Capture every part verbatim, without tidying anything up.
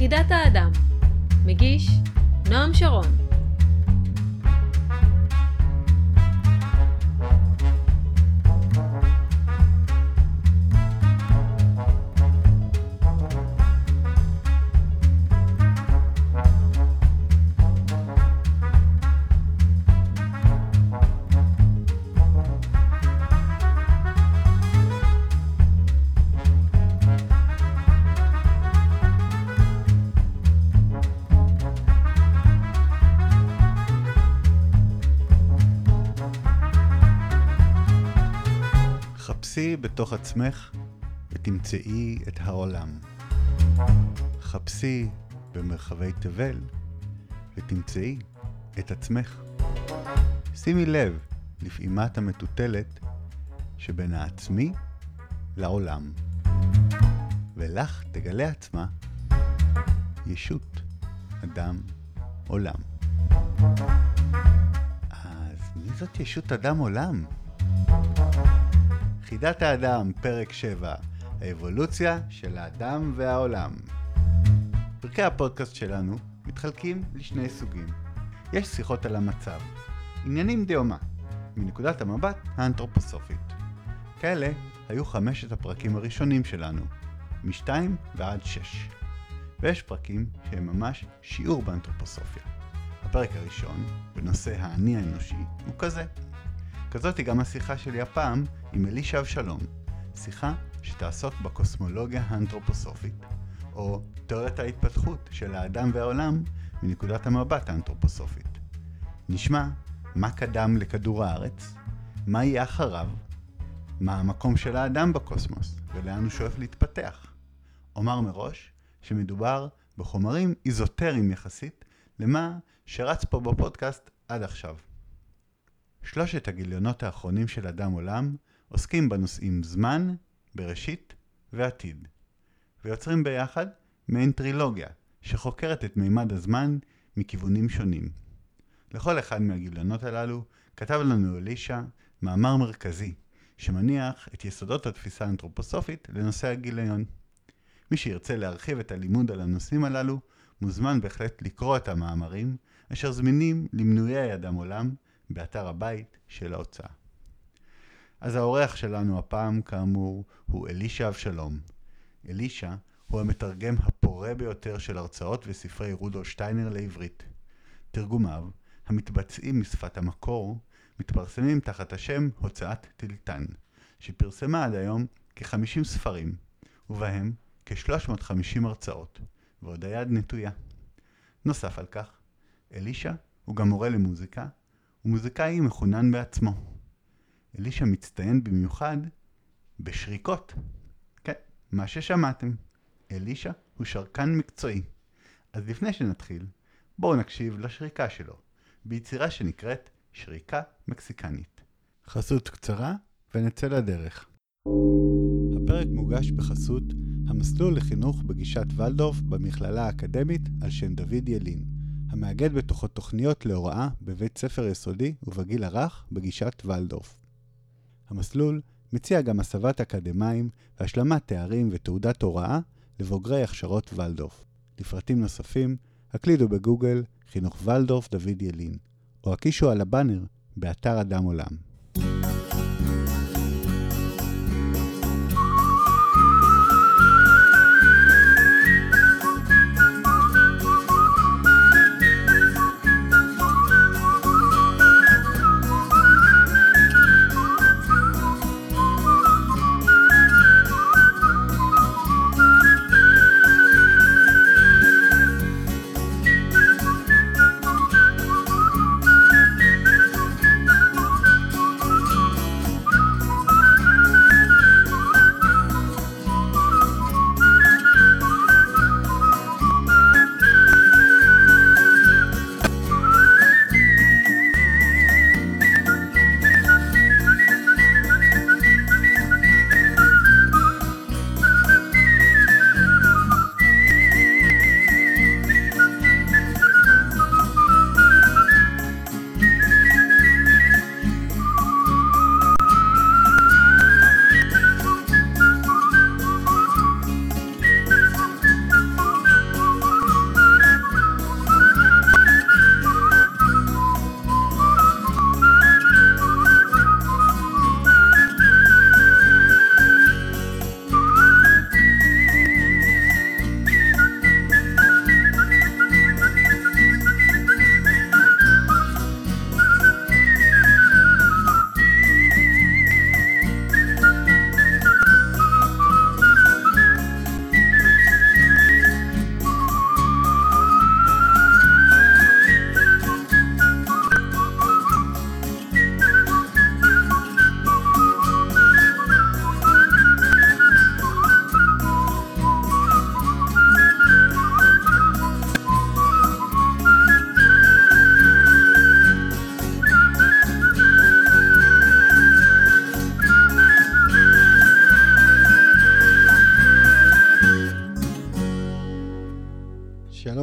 יחידת האדם. מגיש נועם שרון. חפשי בתוך עצמך ותמצאי את העולם. חפשי במרחבי תבל ותמצאי את עצמך. שימי לב לפעימת המטוטלת שבין העצמי לעולם. ולך תגלה עצמה ישות, אדם, עולם. אז מי זאת ישות אדם עולם? יחידת האדם, פרק שבע, האבולוציה של האדם והעולם. פרקי הפודקאסט שלנו מתחלקים לשני סוגים. יש שיחות על המצב, עניינים דיומה, מנקודת המבט האנתרופוסופית. כאלה היו חמשת הפרקים הראשונים שלנו, משתיים ועד שש. ויש פרקים שהם ממש שיעור באנתרופוסופיה. הפרק הראשון, בנושא האני האנושי, הוא כזה. כזאת היא גם השיחה שלי הפעם עם אלישע אבשלום, שיחה שתעסוק בקוסמולוגיה האנתרופוסופית, או תיאוריית ההתפתחות של האדם והעולם מנקודת המבט האנתרופוסופית. נשמע מה קדם לכדור הארץ, מה יהיה אחריו, מה המקום של האדם בקוסמוס ולאן הוא שואף להתפתח. אומר מראש שמדובר בחומרים איזוטריים יחסית למה שרץ פה בפודקאסט עד עכשיו. שלושת הגיליונות האחרונים של אדם עולם עוסקים בנושאים זמן, בראשית ועתיד, ויוצרים ביחד מעין טרילוגיה שחוקרת את מימד הזמן מכיוונים שונים. לכל אחד מהגיליונות הללו כתב לנו אלישע מאמר מרכזי שמניח את יסודות התפיסה האנתרופוסופית לנושא הגיליון. מי שירצה להרחיב את הלימוד על הנושאים הללו מוזמן בהחלט לקרוא את המאמרים אשר זמינים למנויי אדם עולם באתר הבית של ההוצאה. אז האורח שלנו הפעם כאמור הוא אלישע אבשלום. אלישע הוא המתרגם הפורה ביותר של הרצאות וספרי רודולף שטיינר לעברית. תרגומיו, המתבצעים משפת המקור, מתפרסמים תחת השם הוצאת טילטן, שפרסמה עד היום כ-חמישים ספרים, ובהם כ-שלוש מאות וחמישים הרצאות, ועוד היד נטויה. נוסף על כך, אלישע הוא גם מורה למוזיקה, ומוזיקאי מחונן בעצמו. אלישע מצטיין במיוחד בשריקות. כן, מה ששמעתם. אלישע הוא שרקן מקצועי. אז לפני שנתחיל, בואו נקשיב לשריקה שלו, ביצירה שנקראת שריקה מקסיקנית. חסות קצרה ונצא לדרך. הפרק מוגש בחסות המסלול לחינוך בגישת ולדורף במכללה האקדמית על שם דוד ילין, המאגד בתוכו תוכניות להוראה בבית ספר יסודי ובגיל הרך בגישת ולדורף. המסלול מציע גם הסבת אקדמיים והשלמת תארים ותעודת הוראה לבוגרי הכשרות ולדורף. לפרטים נוספים, הקלידו בגוגל חינוך ולדורף דוד ילין, או הקישו על הבאנר באתר אדם עולם.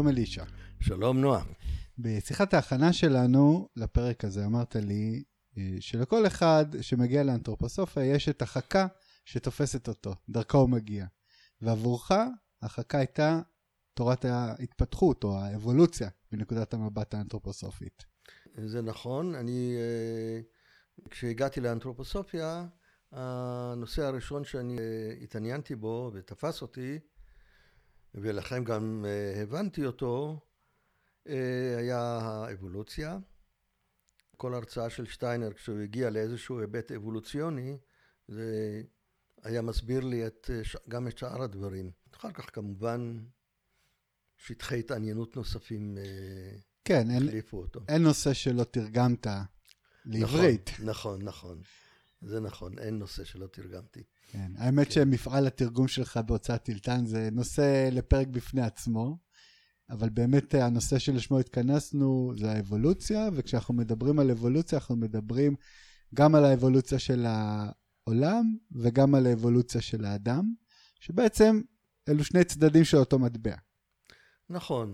שלום אלישע. שלום נועה. בשיחת ההכנה שלנו לפרק הזה אמרת לי שלכל אחד שמגיע לאנתרופוסופיה יש את החכה שתופסת אותו, דרכה הוא מגיע. ועבורך החכה הייתה תורת ההתפתחות או האבולוציה בנקודת המבט האנתרופוסופית. זה נכון, אני כשהגעתי לאנתרופוסופיה, הנושא הראשון שאני התעניינתי בו ותפס אותי, ולכן גם הבנתי אותו, היה האבולוציה. כל הרצאה של שטיינר כשהוא הגיע לאיזשהו היבט אבולוציוני, זה היה מסביר לי את, גם את שאר הדברים. אחר כך כמובן שטחי התעניינות נוספים כן, החליפו אין, אותו. אין נושא שלא תרגמת לעברית. נכון, נכון, נכון. זה נכון, אין נושא שלא תרגמתי. כן, האמת כן. שמפעל התרגום שלך בהוצאת טילטן זה נושא לפרק בפני עצמו, אבל באמת הנושא שלשמו התכנסנו זה האבולוציה, וכשאנחנו מדברים על אבולוציה אנחנו מדברים גם על האבולוציה של העולם וגם על האבולוציה של האדם, שבעצם אלו שני צדדים של אותו מטבע. נכון.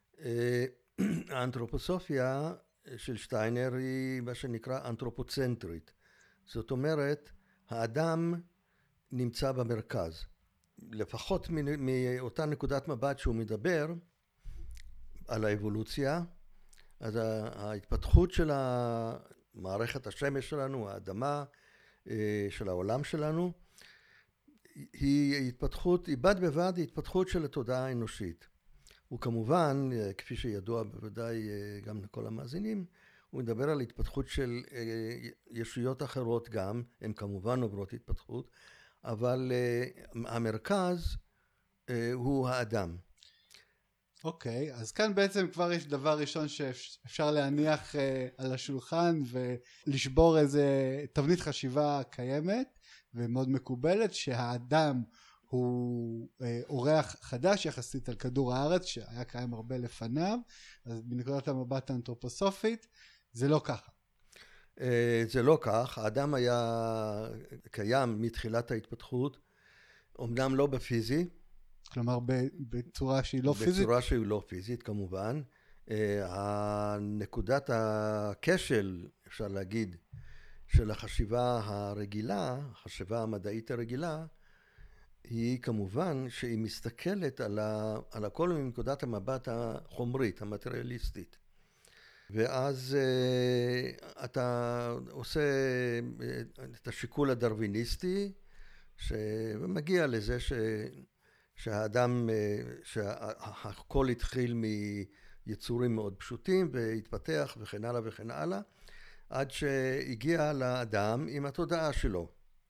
האנתרופוסופיה של שטיינר היא מה שנקרא אנתרופוצנטרית. זאת אומרת, האדם נמצא במרכז. לפחות מאותה נקודת מבט שהוא מדבר על האבולוציה, אז ההתפתחות של מערכת השמש שלנו, האדמה של העולם שלנו, היא התפתחות, היא בד בבד התפתחות של התודעה האנושית. וכמובן, כפי שידוע בוודאי גם לכל המאזינים, הוא מדבר על התפתחות של ישויות אחרות גם, הן כמובן עוברות התפתחות, אבל המרכז הוא האדם. אוקיי, אז כאן בעצם כבר יש דבר ראשון שאפשר להניח על השולחן ולשבור איזה תבנית חשיבה קיימת ומאוד מקובלת, שהאדם הוא אורח חדש יחסית על כדור הארץ שהיה קיים הרבה לפניו, אז בנקודת המבט האנתרופוסופית זה לא ככה. זה לא כך, האדם היה קיים מתחילת ההתפתחות, אמנם לא בפיזי, כלומר בצורה שהיא לא פיזית? בצורה שהיא לא פיזית כמובן. הנקודת הכשל, אפשר להגיד, של החשיבה הרגילה, החשיבה המדעית הרגילה, היא כמובן שהיא מסתכלת על, ה, על הכל מנקודת המבט החומרית, המטריאליסטית. ואז uh, אתה עושה את השיקול הדרוויניסטי, שמגיע לזה ש, שהאדם, שהכל התחיל מיצורים מאוד פשוטים, והתפתח וכן הלאה וכן הלאה, עד שהגיע לאדם עם התודעה שלו.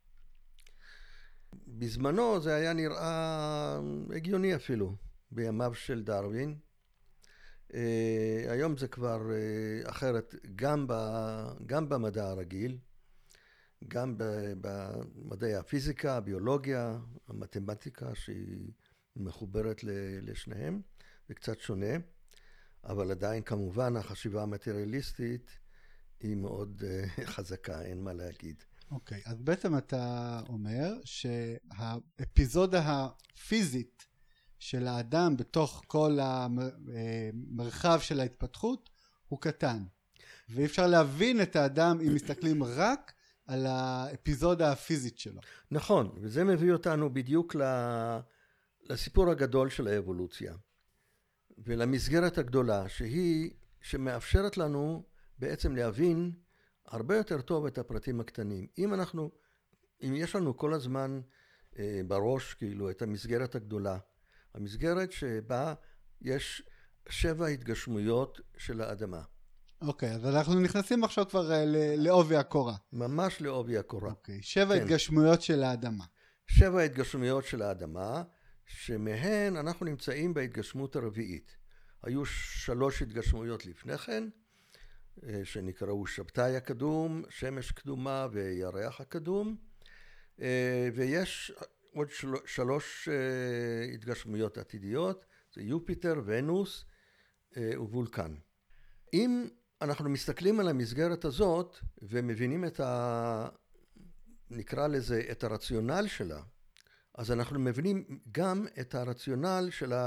בזמנו זה היה נראה הגיוני אפילו, בימיו של דרווין. היום זה כבר אחרת, גם, ב, גם במדע הרגיל, גם במדעי הפיזיקה, הביולוגיה, המתמטיקה שהיא מחוברת לשניהם, זה קצת שונה, אבל עדיין כמובן החשיבה המטריאליסטית היא מאוד חזקה, אין מה להגיד. אוקיי, אז בעצם אתה אומר שהאפיזודה הפיזית של האדם בתוך כל המרחב של ההתפתחות הוא קטן, ואי אפשר להבין את האדם אם מסתכלים רק על האפיזודה הפיזית שלו. נכון, וזה מביא אותנו בדיוק לסיפור הגדול של האבולוציה, ולמסגרת הגדולה שהיא, שמאפשרת לנו בעצם להבין הרבה יותר טוב את הפרטים הקטנים. אם אנחנו, אם יש לנו כל הזמן אה, בראש כאילו את המסגרת הגדולה, המסגרת שבה יש שבע התגשמויות של האדמה. אוקיי, אז אנחנו נכנסים עכשיו כבר לעובי הקורה. ממש לעובי הקורה. אוקיי, שבע כן. התגשמויות של האדמה. שבע התגשמויות של האדמה, שמהן אנחנו נמצאים בהתגשמות הרביעית. היו שלוש התגשמויות לפני כן, שנקראו שבתאי הקדום, שמש קדומה וירח הקדום, ויש עוד של... שלוש התגשמויות עתידיות, זה יופיטר, ונוס ווולקן. אם אנחנו מסתכלים על המסגרת הזאת ומבינים את ה... נקרא לזה את הרציונל שלה, אז אנחנו מבינים גם את הרציונל של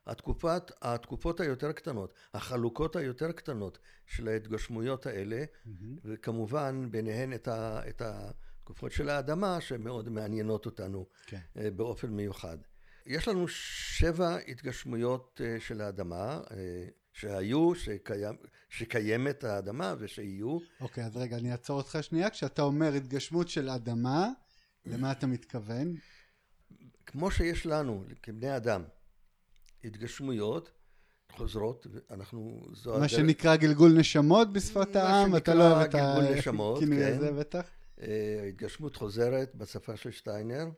התקופת, התקופות היותר קטנות, החלוקות היותר קטנות של ההתגשמויות האלה, mm-hmm. וכמובן ביניהן את, ה, את התקופות של האדמה שמאוד מעניינות אותנו okay. באופן מיוחד. יש לנו שבע התגשמויות של האדמה, שהיו, שקיים, שקיימת האדמה ושיהיו. אוקיי, okay, אז רגע, אני אעצור אותך שנייה. כשאתה אומר התגשמות של אדמה, למה אתה מתכוון? כמו שיש לנו, כבני אדם, התגשמויות חוזרות, אנחנו... מה הדרך... שנקרא גלגול נשמות בשפת העם, אתה לא אוהב את הכינוי כן. הזה בטח? התגשמות חוזרת בשפה של שטיינר.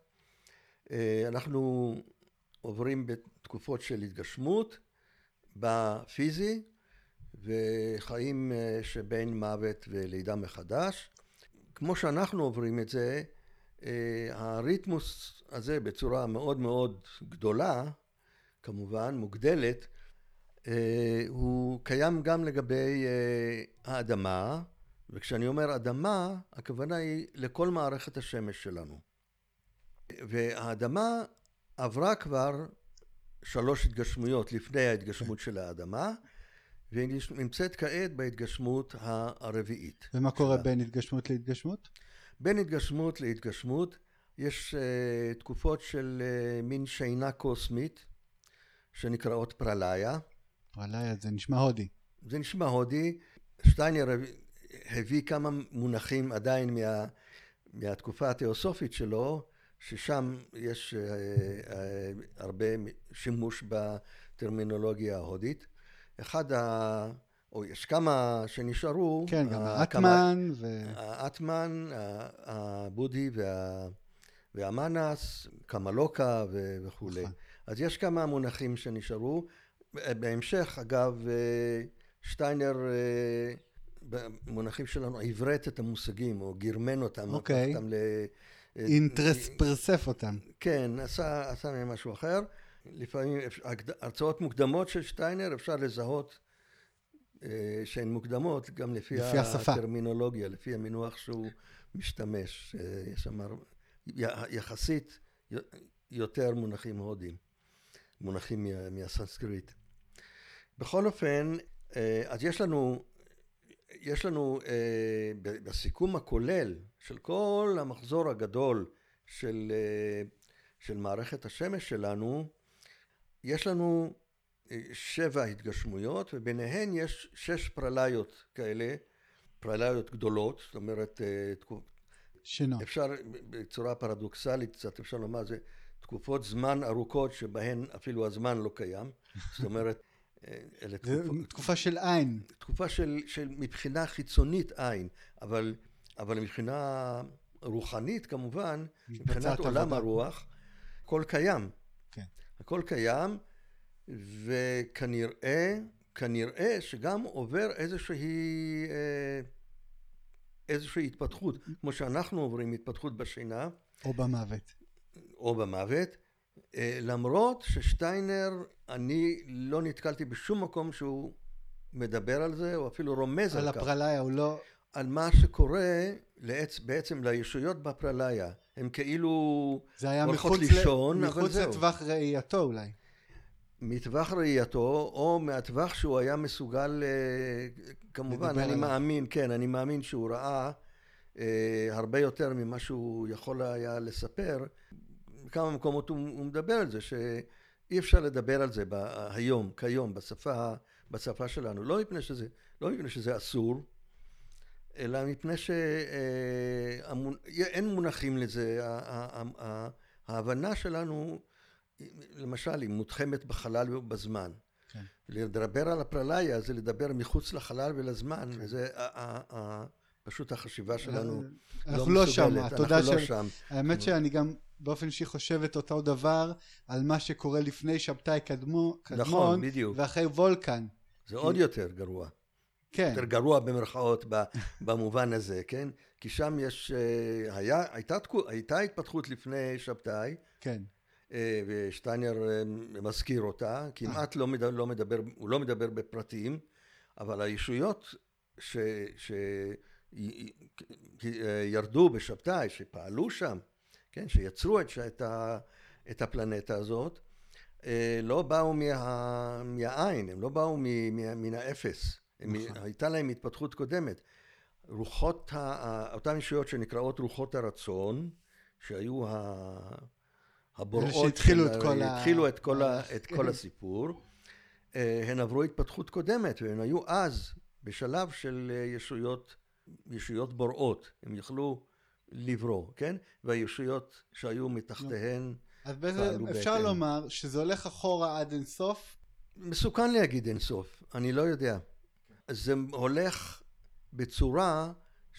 אנחנו עוברים בתקופות של התגשמות, בפיזי, וחיים שבין מוות ולידה מחדש. כמו שאנחנו עוברים את זה, הריתמוס הזה בצורה מאוד מאוד גדולה, כמובן מוגדלת, הוא קיים גם לגבי האדמה, וכשאני אומר אדמה, הכוונה היא לכל מערכת השמש שלנו. והאדמה עברה כבר שלוש התגשמויות לפני ההתגשמות של האדמה, והיא נמצאת כעת בהתגשמות הרביעית. ומה קורה בין התגשמות להתגשמות? בין התגשמות להתגשמות יש uh, תקופות של uh, מין שינה קוסמית שנקראות פרליה. פרליה זה נשמע הודי. זה נשמע הודי. שטיינר הביא כמה מונחים עדיין מה, מהתקופה התיאוסופית שלו, ששם יש uh, uh, הרבה שימוש בטרמינולוגיה ההודית. אחד ה... או יש כמה שנשארו. כן, גם האטמן ו... האטמן, הבודי וה... והמנס, קמלוקה ו... וכו'. אז יש כמה מונחים שנשארו. בהמשך, אגב, שטיינר, במונחים שלנו, עברת את המושגים, או גרמן אותם. אוקיי. אותם ל... אינטרס פרסף אותם. כן, עשה, עשה מהם משהו אחר. לפעמים הרצאות מוקדמות של שטיינר אפשר לזהות שהן מוקדמות גם לפי, לפי הטרמינולוגיה, לפי המינוח שהוא משתמש. יש שם יחסית יותר מונחים הודים, מונחים מהסנסקריט. בכל אופן, אז יש לנו, יש לנו בסיכום הכולל של כל המחזור הגדול של, של מערכת השמש שלנו, יש לנו שבע התגשמויות, וביניהן יש שש פרליות כאלה, פרליות גדולות, זאת אומרת, שינו. אפשר בצורה פרדוקסלית, קצת אפשר לומר, זה תקופות זמן ארוכות שבהן אפילו הזמן לא קיים, זאת אומרת, אלה תקופות, תקופה של עין. תקופה של, של מבחינה חיצונית עין, אבל, אבל מבחינה רוחנית כמובן, מבחינת עולם הרוח, הכל קיים. כן. הכל קיים, וכנראה, כנראה שגם עובר איזושהי, איזושהי התפתחות, כמו שאנחנו עוברים התפתחות בשינה. או במוות. או במוות, למרות ששטיינר, אני לא נתקלתי בשום מקום שהוא מדבר על זה, או אפילו רומז על, על כך. על הפרליה, הוא לא... על מה שקורה לעצ... בעצם לישויות בפרליה. הם כאילו הולכות לישון, אבל זהו. מחוץ לטווח ראייתו אולי. מטווח ראייתו, או מהטווח שהוא היה מסוגל, כמובן, אני עליו. מאמין, כן, אני מאמין שהוא ראה אה, הרבה יותר ממה שהוא יכול היה לספר. בכמה מקומות הוא, הוא מדבר על זה, שאי אפשר לדבר על זה ב, היום, כיום, בשפה, בשפה שלנו. לא מפני שזה, לא מפני שזה אסור, אלא מפני שאין מונחים לזה. ההבנה שלנו, למשל, היא מותחמת בחלל ובזמן. כן. לדבר על הפרליה זה לדבר מחוץ לחלל ולזמן, כן. וזה ה- ה- ה- פשוט החשיבה שלנו אנחנו לא לא שם, מסוגלת. אתה יודע אנחנו לא ש- שם. האמת שאני גם באופן אישי חושבת אותו דבר על מה שקורה לפני שבתאי קדמו, קדמון, נכון, בדיוק. ואחרי וולקן. זה עוד יותר גרוע. כן. יותר גרוע במרכאות במובן הזה, כן? כי שם יש, היה, הייתה, הייתה התפתחות לפני שבתאי, כן. ושטיינר מזכיר אותה, כמעט לא מדבר, לא מדבר, הוא לא מדבר בפרטים, אבל הישויות ש, שירדו בשבתאי, שפעלו שם, כן? שיצרו את, את, ה, את הפלנטה הזאת, לא באו מה, מהעין, הם לא באו מן האפס, הייתה להם התפתחות קודמת. רוחות, אותן ישויות שנקראות רוחות הרצון, שהיו הבוראות שהתחילו את כל, התחילו את כל, את כל הסיפור, הן עברו התפתחות קודמת, והן היו אז בשלב של ישויות, ישויות בוראות, הם יכלו לברוא, כן? והישויות שהיו מתחתיהן, אז בעצם אפשר לומר שזה הולך אחורה עד אינסוף? מסוכן להגיד אינסוף, אני לא יודע. זה הולך בצורה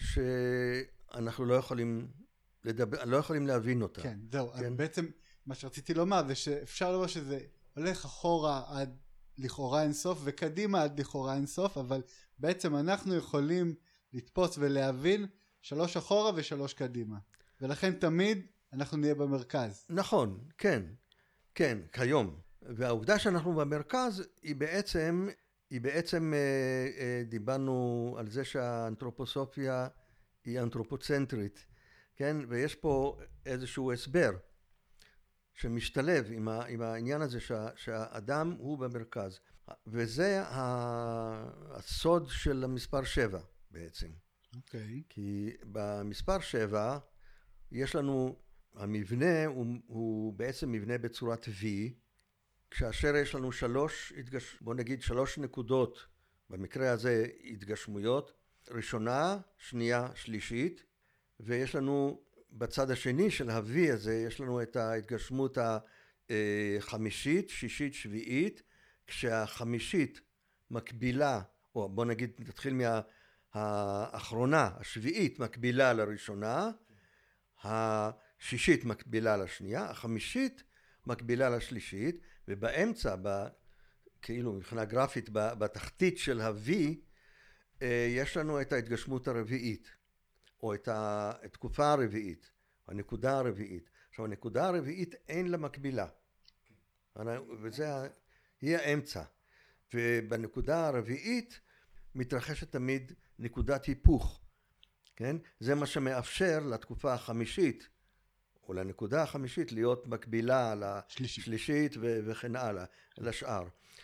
שאנחנו לא יכולים לדבר, לא יכולים להבין אותה. כן, זהו. כן? אז בעצם מה שרציתי לומר זה שאפשר לומר שזה הולך אחורה עד לכאורה אינסוף וקדימה עד לכאורה אינסוף, אבל בעצם אנחנו יכולים לתפוס ולהבין שלוש אחורה ושלוש קדימה. ולכן תמיד אנחנו נהיה במרכז. נכון, כן, כן, כיום. והעובדה שאנחנו במרכז היא בעצם, היא בעצם אה, אה, דיברנו על זה שהאנתרופוסופיה היא אנתרופוצנטרית, כן? ויש פה איזשהו הסבר שמשתלב עם, ה, עם העניין הזה שה, שהאדם הוא במרכז. וזה הסוד של המספר שבע בעצם. אוקיי. כי במספר שבע יש לנו, המבנה הוא, הוא בעצם מבנה בצורת V, כאשר יש לנו שלוש, בוא נגיד שלוש נקודות, במקרה הזה התגשמויות, ראשונה, שנייה, שלישית, ויש לנו בצד השני של ה-V הזה, יש לנו את ההתגשמות החמישית, שישית, שביעית, כשהחמישית מקבילה, או בוא נגיד נתחיל מהאחרונה, השביעית מקבילה לראשונה, השישית מקבילה לשנייה, החמישית מקבילה לשלישית, ובאמצע, ב, כאילו מבחינה גרפית, בתחתית של ה-V, יש לנו את ההתגשמות הרביעית, או את התקופה הרביעית, הנקודה הרביעית. עכשיו, הנקודה הרביעית אין לה מקבילה, וזה היא האמצע. ובנקודה הרביעית מתרחשת תמיד נקודת היפוך, כן? זה מה שמאפשר לתקופה החמישית, או לנקודה החמישית, להיות מקבילה לשלישית ו- וכן הלאה, לשאר.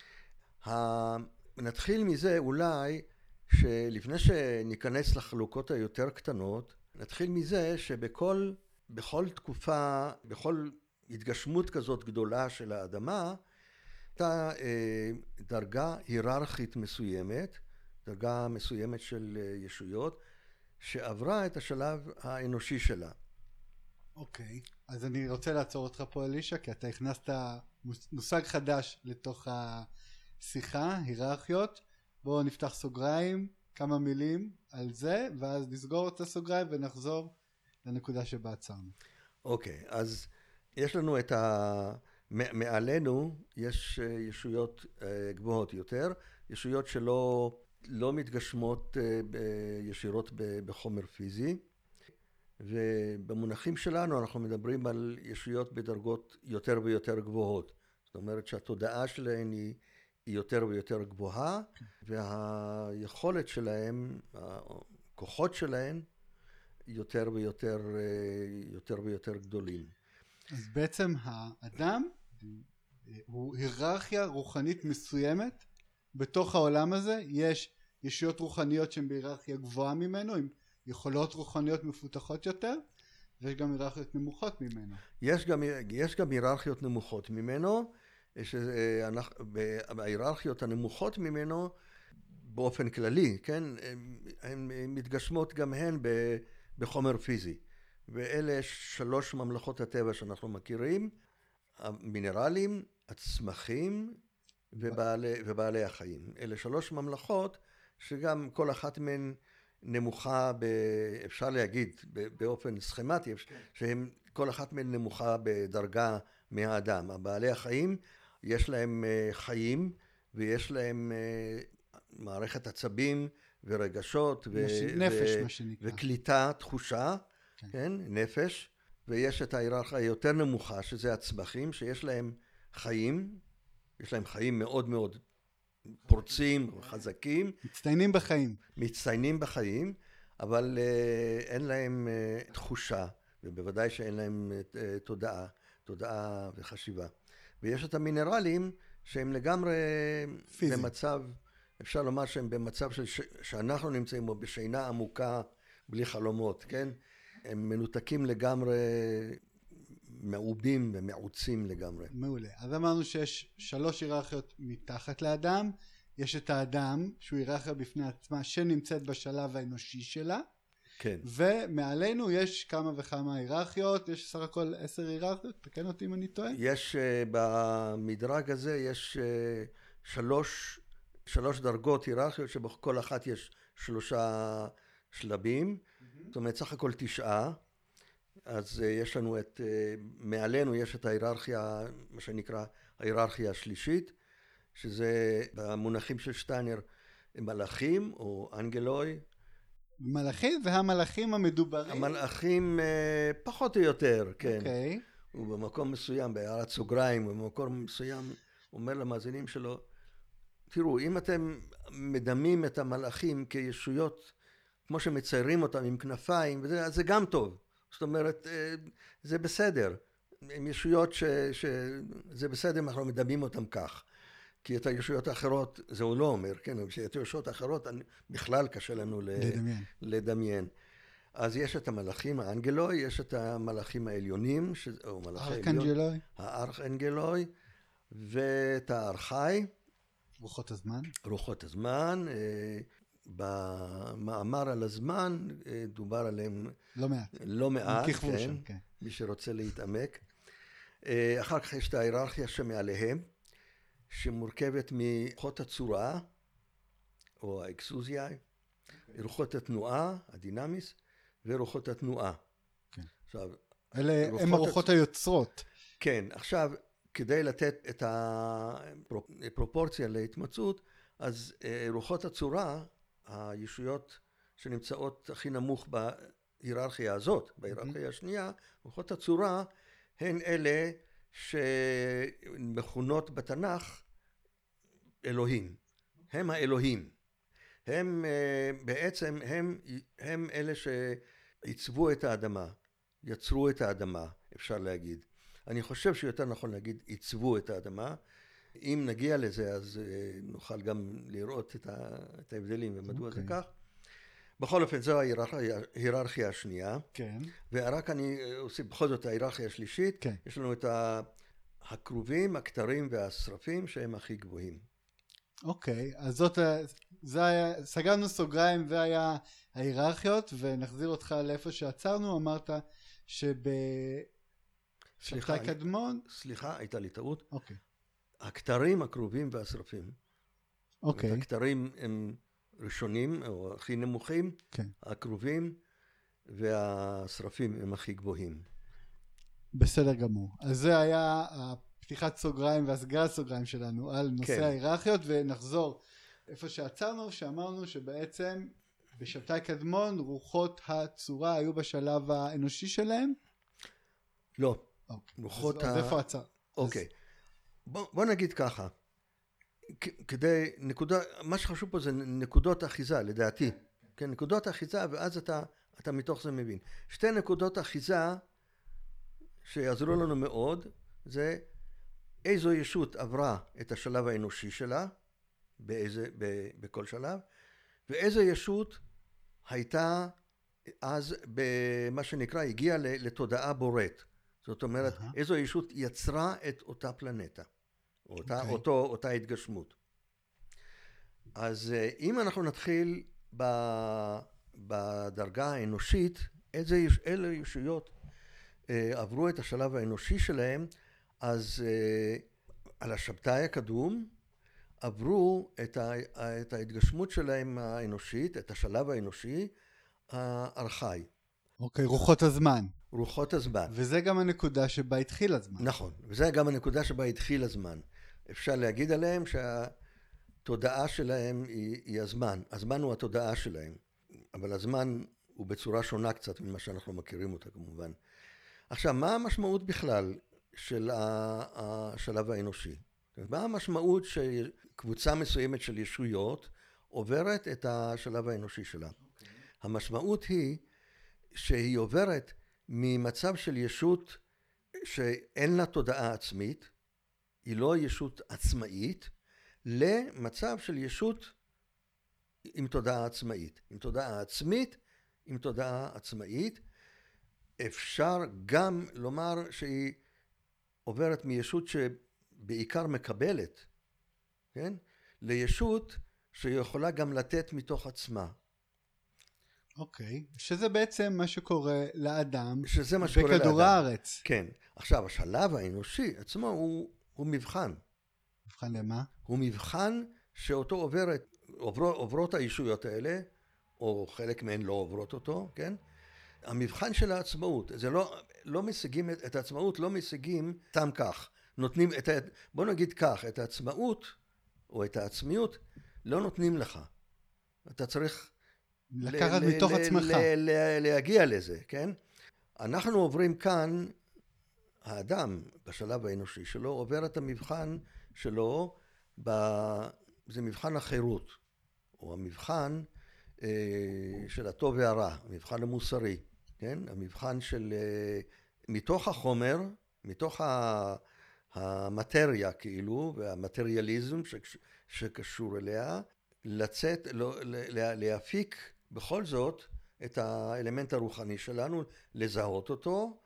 נתחיל מזה אולי, שלפני שניכנס לחלוקות היותר קטנות, נתחיל מזה שבכל בכל תקופה, בכל התגשמות כזאת גדולה של האדמה, הייתה אה, דרגה היררכית מסוימת, דרגה מסוימת של אה, ישויות, שעברה את השלב האנושי שלה. אוקיי, okay. אז אני רוצה לעצור אותך פה אלישה, כי אתה הכנסת מושג חדש לתוך השיחה, היררכיות. בואו נפתח סוגריים, כמה מילים על זה, ואז נסגור את הסוגריים ונחזור לנקודה שבה עצרנו. אוקיי, okay, אז יש לנו את ה... מעלינו יש ישויות גבוהות יותר, ישויות שלא לא מתגשמות ישירות בחומר פיזי, ובמונחים שלנו אנחנו מדברים על ישויות בדרגות יותר ויותר גבוהות. זאת אומרת שהתודעה שלהן היא, היא יותר ויותר גבוהה, והיכולת שלהן, הכוחות שלהן, יותר ויותר, יותר ויותר גדולים. אז בעצם האדם הוא היררכיה רוחנית מסוימת בתוך העולם הזה. יש ישויות רוחניות שהן בהיררכיה גבוהה ממנו, עם יכולות רוחניות מפותחות יותר, ויש גם היררכיות נמוכות ממנו. יש גם, יש גם היררכיות נמוכות ממנו, ההיררכיות הנמוכות ממנו באופן כללי, כן, הן מתגשמות גם הן בחומר פיזי. ואלה שלוש ממלכות הטבע שאנחנו מכירים, המינרלים, הצמחים ובעלי, ובעלי החיים. אלה שלוש ממלכות שגם כל אחת מהן נמוכה, ב, אפשר להגיד באופן סכמטי, שהם כל אחת מהן נמוכה בדרגה מהאדם. הבעלי החיים יש להם חיים ויש להם מערכת עצבים ורגשות ו, נפש, ו, מה שנקרא. וקליטה, תחושה. כן. כן, נפש, ויש את ההיררכיה היותר נמוכה, שזה הצמחים, שיש להם חיים, יש להם חיים מאוד מאוד פורצים, חזקים. מצטיינים בחיים. מצטיינים בחיים, אבל uh, אין להם uh, תחושה, ובוודאי שאין להם uh, תודעה, תודעה וחשיבה. ויש את המינרלים שהם לגמרי פיזי. במצב, אפשר לומר שהם במצב של ש... שאנחנו נמצאים בו בשינה עמוקה בלי חלומות, כן? הם מנותקים לגמרי, מעובים ומעוצים לגמרי. מעולה. אז אמרנו שיש שלוש היררכיות מתחת לאדם, יש את האדם שהוא היררכיה בפני עצמה שנמצאת בשלב האנושי שלה, כן. ומעלינו יש כמה וכמה היררכיות, יש סך הכל עשר היררכיות, תקן אותי אם אני טועה. יש uh, במדרג הזה יש uh, שלוש, שלוש דרגות היררכיות שבכל אחת יש שלושה שלבים, mm-hmm. זאת אומרת סך הכל תשעה, אז uh, יש לנו את, uh, מעלינו יש את ההיררכיה, מה שנקרא ההיררכיה השלישית, שזה במונחים של שטיינר מלאכים או אנגלוי. מלאכים והמלאכים המדוברים. המלאכים פחות או יותר, כן. אוקיי. הוא במקום מסוים, בהערת סוגריים, במקום מסוים, אומר למאזינים שלו, תראו, אם אתם מדמים את המלאכים כישויות, כמו שמציירים אותם עם כנפיים, וזה, זה גם טוב. זאת אומרת, זה בסדר. עם ישויות ש, שזה בסדר, אנחנו מדמים אותם כך. כי את הישויות האחרות, זה הוא לא אומר, כן? את הישויות האחרות בכלל קשה לנו לדמיין. לדמיין. אז יש את המלאכים האנגלוי, יש את המלאכים העליונים, או מלאכי ארכנג'לוי. הארכנגלוי, ואת הארכאי. רוחות הזמן. רוחות הזמן. במאמר על הזמן דובר עליהם לא מעט. לא מעט, כן. שם, כן. מי שרוצה להתעמק. אחר כך יש את ההיררכיה שמעליהם, שמורכבת מרוחות הצורה, או האקסוזיה, okay. רוחות התנועה, הדינמיס, ורוחות התנועה. Okay. עכשיו, אלה הם הרוחות הצ... היוצרות. כן, עכשיו, כדי לתת את הפרופורציה להתמצאות, אז רוחות הצורה, הישויות שנמצאות הכי נמוך בהיררכיה הזאת, בהיררכיה mm-hmm. השנייה, רוחות הצורה הן אלה שמכונות בתנ"ך אלוהים. הם האלוהים. הם בעצם, הם, הם אלה שעיצבו את האדמה, יצרו את האדמה, אפשר להגיד. אני חושב שיותר נכון להגיד, עיצבו את האדמה. אם נגיע לזה, אז נוכל גם לראות את, ה, את ההבדלים ומדוע okay. זה כך. בכל אופן, זו ההיררכיה השנייה. כן. ורק אני עושה בכל זאת ההיררכיה השלישית. כן. יש לנו את הקרובים, הכתרים והשרפים, שהם הכי גבוהים. אוקיי, אז זאת, זה היה, סגרנו סוגריים, זה היה ההיררכיות, ונחזיר אותך לאיפה שעצרנו. אמרת שבשבתאי קדמון... סליחה, הייתה לי טעות. אוקיי. הכתרים, הקרובים והשרפים. אוקיי. הכתרים הם... ראשונים או הכי נמוכים, כן. הקרובים, והשרפים הם הכי גבוהים. בסדר גמור. אז זה היה הפתיחת סוגריים והסגרת סוגריים שלנו על נושא כן. ההיררכיות, ונחזור איפה שעצרנו, שאמרנו שבעצם בשבתאי קדמון רוחות הצורה היו בשלב האנושי שלהם? לא. אוקיי. רוחות אז, ה... אז איפה עצר? אוקיי. אז... בוא, בוא נגיד ככה. כדי, נקודה, מה שחשוב פה זה נקודות אחיזה, לדעתי. כן, נקודות אחיזה, ואז אתה, אתה מתוך זה מבין. שתי נקודות אחיזה שיעזרו לנו מאוד, זה איזו ישות עברה את השלב האנושי שלה, באיזה, ב, בכל שלב, ואיזו ישות הייתה אז במה שנקרא, הגיעה לתודעה בוראת. זאת אומרת, uh-huh. איזו ישות יצרה את אותה פלנטה. אותה, okay. אותו, אותה התגשמות. אז אם אנחנו נתחיל ב, בדרגה האנושית, איזה, אלה ישויות אה, עברו את השלב האנושי שלהם, אז אה, על השבתאי הקדום עברו את, ה, את ההתגשמות שלהם האנושית, את השלב האנושי הארכאי. אוקיי, okay, רוחות הזמן. רוחות הזמן. וזה גם הנקודה שבה התחיל הזמן. נכון, וזה גם הנקודה שבה התחיל הזמן. אפשר להגיד עליהם שהתודעה שלהם היא, היא הזמן. הזמן הוא התודעה שלהם. אבל הזמן הוא בצורה שונה קצת ממה שאנחנו מכירים אותה כמובן. עכשיו, מה המשמעות בכלל של השלב האנושי? מה המשמעות שקבוצה מסוימת של ישויות עוברת את השלב האנושי שלה? Okay. המשמעות היא שהיא עוברת ממצב של ישות שאין לה תודעה עצמית, היא לא ישות עצמאית, למצב של ישות עם תודעה עצמאית. עם תודעה עצמית, עם תודעה עצמאית. אפשר גם לומר שהיא עוברת מישות שבעיקר מקבלת, כן? לישות שיכולה גם לתת מתוך עצמה. אוקיי, שזה בעצם מה שקורה לאדם שזה מה שקורה לאדם. בכדור הארץ. כן. עכשיו, השלב האנושי עצמו הוא, הוא מבחן. מבחן למה? הוא מבחן שאותו עוברת, עוברו, עוברות הישויות האלה, או חלק מהן לא עוברות אותו, כן? המבחן של העצמאות, זה לא, לא משיגים את, את העצמאות, לא משיגים תם כך. נותנים את, בוא נגיד כך, את העצמאות, או את העצמיות, לא נותנים לך. אתה צריך לקחת ל- מתוך ל- עצמך. ל- ל- להגיע לזה, כן? אנחנו עוברים כאן, האדם בשלב האנושי שלו עובר את המבחן שלו, ב... זה מבחן החירות, או המבחן אה, של הטוב והרע, המבחן המוסרי, כן? המבחן של אה, מתוך החומר, מתוך ה... המטריה כאילו, והמטריאליזם שקש... שקשור אליה, לצאת, לא, לה... להפיק בכל זאת את האלמנט הרוחני שלנו, לזהות אותו,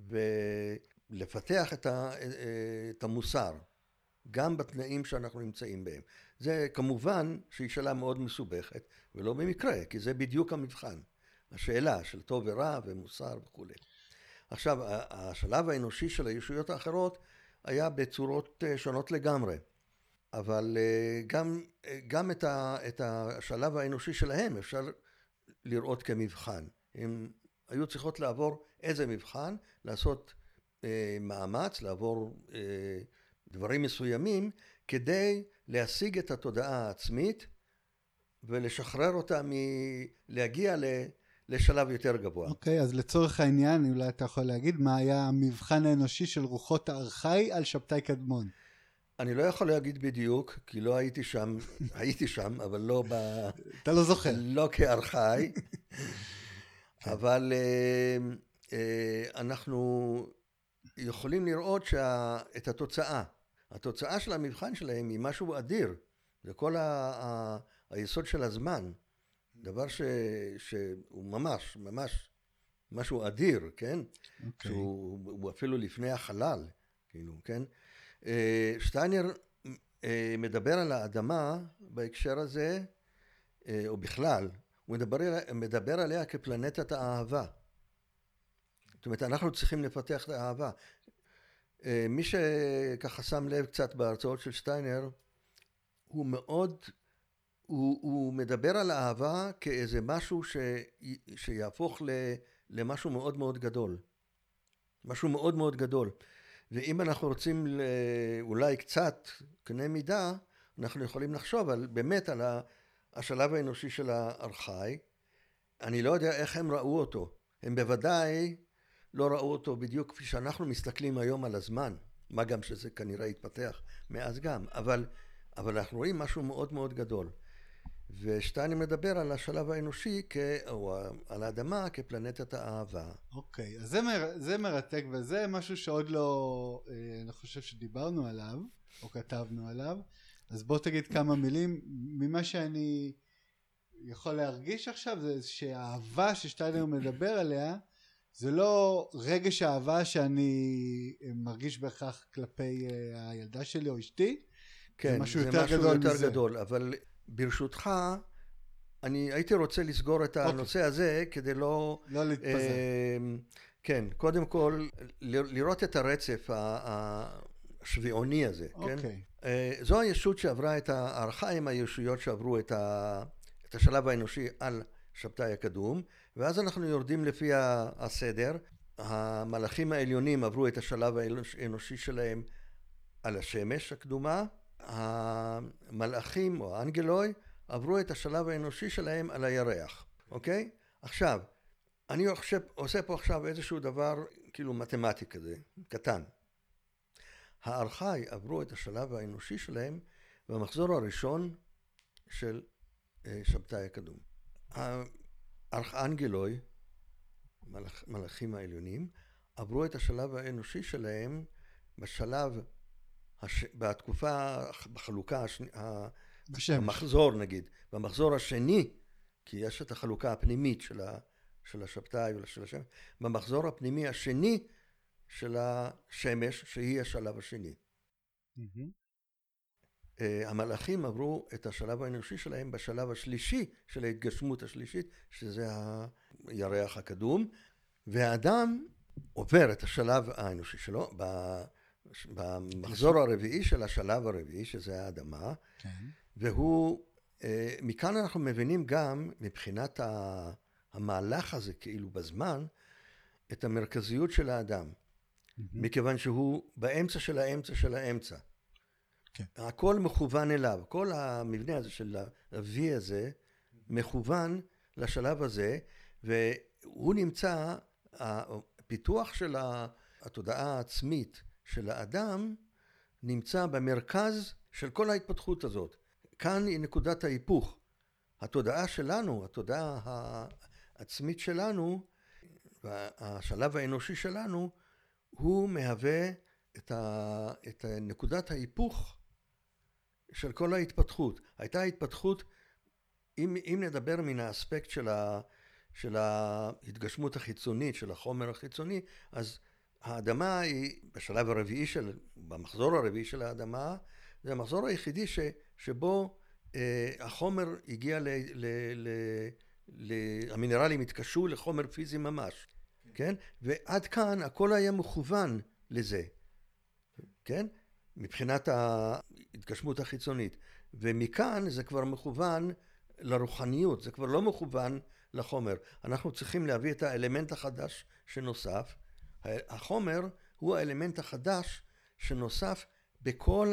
ולפתח את, ה... את המוסר, גם בתנאים שאנחנו נמצאים בהם. זה כמובן שהיא שאלה מאוד מסובכת, ולא במקרה, כי זה בדיוק המבחן. השאלה של טוב ורע ומוסר וכו'. עכשיו, השלב האנושי של הישויות האחרות היה בצורות שונות לגמרי. אבל גם, גם את, ה, את השלב האנושי שלהם אפשר לראות כמבחן. הם היו צריכות לעבור איזה מבחן, לעשות אה, מאמץ, לעבור אה, דברים מסוימים, כדי להשיג את התודעה העצמית, ולשחרר אותה מלהגיע ל... לשלב יותר גבוה. אוקיי, okay, אז לצורך העניין, אולי אתה יכול להגיד, מה היה המבחן האנושי של רוחות הארכאי על שבתאי קדמון? אני לא יכול להגיד בדיוק, כי לא הייתי שם, הייתי שם, אבל לא ב... אתה לא זוכר. לא כארכאי. אבל uh, uh, אנחנו יכולים לראות שה... את התוצאה. התוצאה של המבחן שלהם היא משהו אדיר. זה כל ה... ה... היסוד של הזמן. דבר ש... שהוא ממש, ממש משהו אדיר, כן? Okay. שהוא אפילו לפני החלל, כאילו, כן? שטיינר מדבר על האדמה בהקשר הזה, או בכלל, הוא מדבר, מדבר עליה כפלנטת האהבה. זאת אומרת, אנחנו צריכים לפתח את האהבה. מי שככה שם לב קצת בהרצאות של שטיינר, הוא מאוד... הוא, הוא מדבר על האהבה כאיזה משהו ש, שיהפוך ל, למשהו מאוד מאוד גדול. משהו מאוד מאוד גדול. ואם אנחנו רוצים ל, אולי קצת קנה מידה, אנחנו יכולים לחשוב על, באמת על השלב האנושי של הארכאי. אני לא יודע איך הם ראו אותו. הם בוודאי לא ראו אותו בדיוק כפי שאנחנו מסתכלים היום על הזמן. מה גם שזה כנראה התפתח מאז גם. אבל, אבל אנחנו רואים משהו מאוד מאוד גדול. ושטיינר מדבר על השלב האנושי, כ... או על האדמה כפלנטת האהבה. אוקיי, אז זה, מר... זה מרתק, וזה משהו שעוד לא, אני חושב שדיברנו עליו, או כתבנו עליו. אז בוא תגיד כמה מילים. ממה שאני יכול להרגיש עכשיו, זה שהאהבה ששטיינר מדבר עליה, זה לא רגש האהבה שאני מרגיש בכך כלפי הילדה שלי או אשתי. כן, זה משהו זה יותר משהו גדול יותר מזה. גדול, אבל... ברשותך, אני הייתי רוצה לסגור את הנושא okay. הזה, כדי לא... לא להתפזר. אה, כן, קודם כל, לראות את הרצף השביעוני הזה, okay. כן? אה, זו הישות שעברה את הארכאים, הישויות שעברו את, ה, את השלב האנושי על שבתאי הקדום, ואז אנחנו יורדים לפי הסדר. המלאכים העליונים עברו את השלב האנושי שלהם על השמש הקדומה, המלאכים או האנגלוי עברו את השלב האנושי שלהם על הירח, אוקיי? עכשיו, אני חושב, עושה פה עכשיו איזשהו דבר כאילו מתמטי כזה, קטן. הארכאי עברו את השלב האנושי שלהם במחזור הראשון של שבתאי הקדום. האנגלוי, מלאכ, מלאכים העליונים, עברו את השלב האנושי שלהם בשלב הש... בתקופה, בחלוקה, השני... בשמש. במחזור נגיד, במחזור השני, כי יש את החלוקה הפנימית של, ה... של השבתאי ושל השמש, במחזור הפנימי השני של השמש, שהיא השלב השני. Mm-hmm. המלאכים עברו את השלב האנושי שלהם בשלב השלישי של ההתגשמות השלישית, שזה הירח הקדום, והאדם עובר את השלב האנושי שלו במחזור הרביעי של השלב הרביעי, שזה האדמה, כן. והוא, מכאן אנחנו מבינים גם מבחינת המהלך הזה כאילו בזמן, את המרכזיות של האדם, mm-hmm. מכיוון שהוא באמצע של האמצע של האמצע. כן. הכל מכוון אליו, כל המבנה הזה של ה-V הזה מכוון לשלב הזה, והוא נמצא, הפיתוח של התודעה העצמית של האדם נמצא במרכז של כל ההתפתחות הזאת. כאן היא נקודת ההיפוך. התודעה שלנו, התודעה העצמית שלנו, והשלב האנושי שלנו, הוא מהווה את, ה, את נקודת ההיפוך של כל ההתפתחות. הייתה התפתחות, אם, אם נדבר מן האספקט של, ה, של ההתגשמות החיצונית, של החומר החיצוני, אז האדמה היא בשלב הרביעי של, במחזור הרביעי של האדמה, זה המחזור היחידי ש, שבו אה, החומר הגיע ל... ל, ל המינרלים התקשו לחומר פיזי ממש, כן? ועד כאן הכל היה מכוון לזה, כן? מבחינת ההתגשמות החיצונית. ומכאן זה כבר מכוון לרוחניות, זה כבר לא מכוון לחומר. אנחנו צריכים להביא את האלמנט החדש שנוסף. החומר הוא האלמנט החדש שנוסף בכל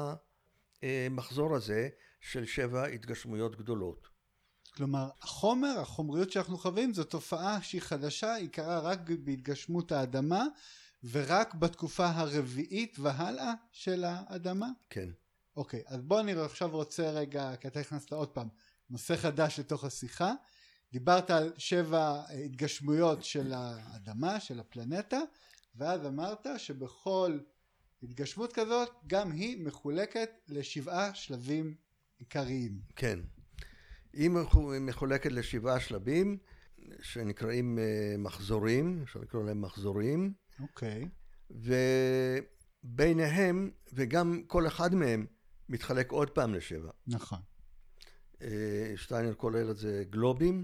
המחזור הזה של שבע התגשמויות גדולות. כלומר, החומר, החומריות שאנחנו חווים, זו תופעה שהיא חדשה, היא קרה רק בהתגשמות האדמה, ורק בתקופה הרביעית והלאה של האדמה? כן. אוקיי, אז בוא אני עכשיו רוצה רגע, כי אתה הכנסת עוד פעם, נושא חדש לתוך השיחה. דיברת על שבע התגשמויות של האדמה, של הפלנטה, ואז אמרת שבכל התגשמות כזאת, גם היא מחולקת לשבעה שלבים עיקריים. כן. היא מחולקת לשבעה שלבים, שנקראים מחזורים, אפשר לקרוא להם מחזורים. אוקיי. וביניהם, וגם כל אחד מהם, מתחלק עוד פעם לשבע. נכון. שטיינר כולל את זה גלובים,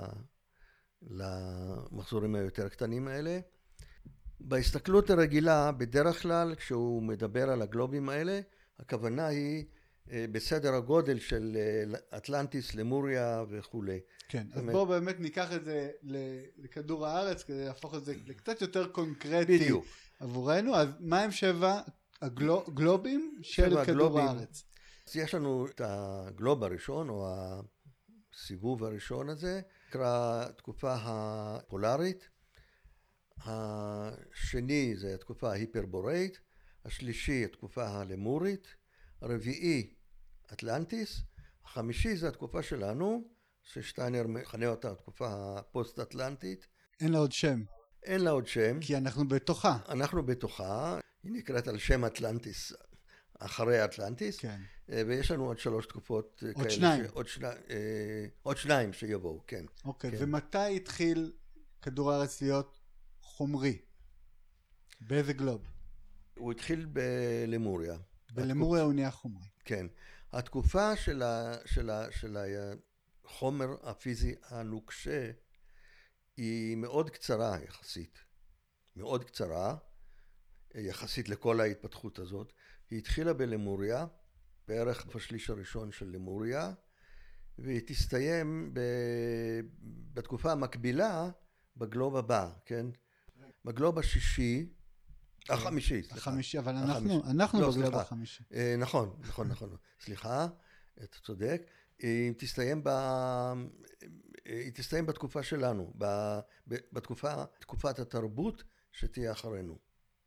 למחזורים היותר קטנים האלה. בהסתכלות הרגילה, בדרך כלל, כשהוא מדבר על הגלובים האלה, הכוונה היא בסדר הגודל של אטלנטיס, למוריה וכו'. כן, אז בואו באמת ניקח את זה לכדור הארץ, כדי להפוך את זה לקצת יותר קונקרטי בדיוק. עבורנו. אז מה הם שבע הגלובים של כדור הארץ? אז יש לנו את הגלוב הראשון, או הסיבוב הראשון הזה, נקרא תקופה הפולרית. השני זה התקופה ההיפרבורית, השלישי התקופה הלמורית, הרביעי אטלנטיס, החמישי זה התקופה שלנו, ששטיינר מכנה אותה התקופה הפוסט-אטלנטית. אין לה עוד שם. אין לה עוד שם. כי אנחנו בתוכה. אנחנו בתוכה, היא נקראת על שם אטלנטיס, אחרי אטלנטיס. כן. ויש לנו עוד שלוש תקופות. עוד כאלה שניים. ש... עוד, שני... עוד שניים שיבואו, כן. אוקיי, כן. ומתי התחיל כדור הארץ להיות חומרי? באיזה גלוב? הוא התחיל בלמוריה. בלמוריה הוא נהיה חומרי. כן. התקופה של, ה... של, ה... של החומר הפיזי הנוקשה היא מאוד קצרה יחסית. מאוד קצרה, יחסית לכל ההתפתחות הזאת. היא התחילה בלמוריה, בערך בשליש הראשון של למוריה, והיא תסתיים ב... בתקופה המקבילה בגלוב הבא, כן? בגלוב השישי, החמישי, סליחה. החמישי, אבל אנחנו, אנחנו לא, בגלוב סליחה. החמישי. נכון, נכון, נכון. סליחה, אתה צודק. היא תסתיים ב... היא תסתיים בתקופה שלנו, בתקופה, תקופת התרבות שתהיה אחרינו.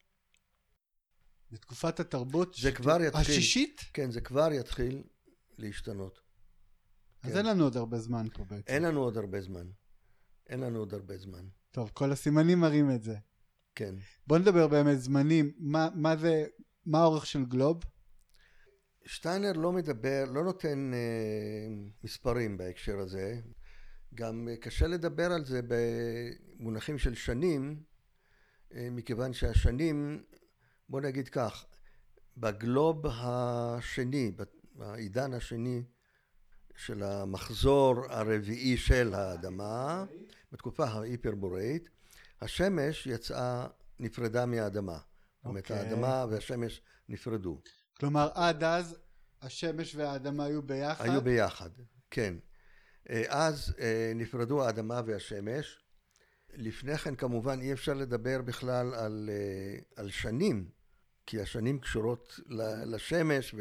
בתקופת התרבות זה כבר יתחיל. השישית? כן, זה כבר יתחיל להשתנות. אז כן. אין לנו עוד הרבה זמן פה בעצם. אין לנו עוד הרבה זמן. אין לנו עוד הרבה זמן. טוב, כל הסימנים מראים את זה. כן. בוא נדבר באמת זמנים, מה, מה זה מה האורך של גלוב? שטיינר לא מדבר, לא נותן אה, מספרים בהקשר הזה. גם אה, קשה לדבר על זה במונחים של שנים, אה, מכיוון שהשנים, בוא נגיד כך, בגלוב השני, בעידן השני של המחזור הרביעי של האדמה, בתקופה ההיפרבוראית, השמש יצאה, נפרדה מהאדמה. זאת אומרת, האדמה והשמש נפרדו. כלומר, עד אז השמש והאדמה היו ביחד? היו ביחד, כן. אז נפרדו האדמה והשמש. לפני כן, כמובן, אי אפשר לדבר בכלל על, על שנים, כי השנים קשורות לשמש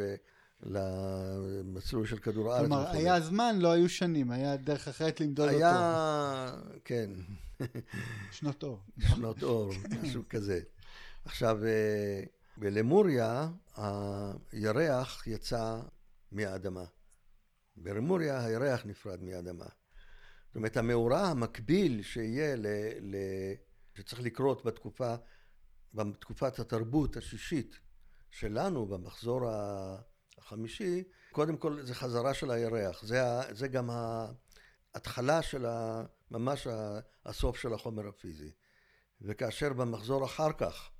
ולמסלול של כדור הארץ. כלומר, היה זמן, לא היו שנים, היה דרך אחרת למדוד היה, אותו. היה, כן. שנות אור. שנות אור, משהו כזה. עכשיו, בלמוריה, הירח יצא מהאדמה. בלמוריה, הירח נפרד מהאדמה. זאת אומרת, המאורע המקביל שיהיה ל... ל... שצריך לקרות בתקופה, בתקופת התרבות השישית שלנו, במחזור החמישי, קודם כל זה חזרה של הירח. זה, זה גם ההתחלה של ה... ממש הסוף של החומר הפיזי. וכאשר במחזור אחר כך,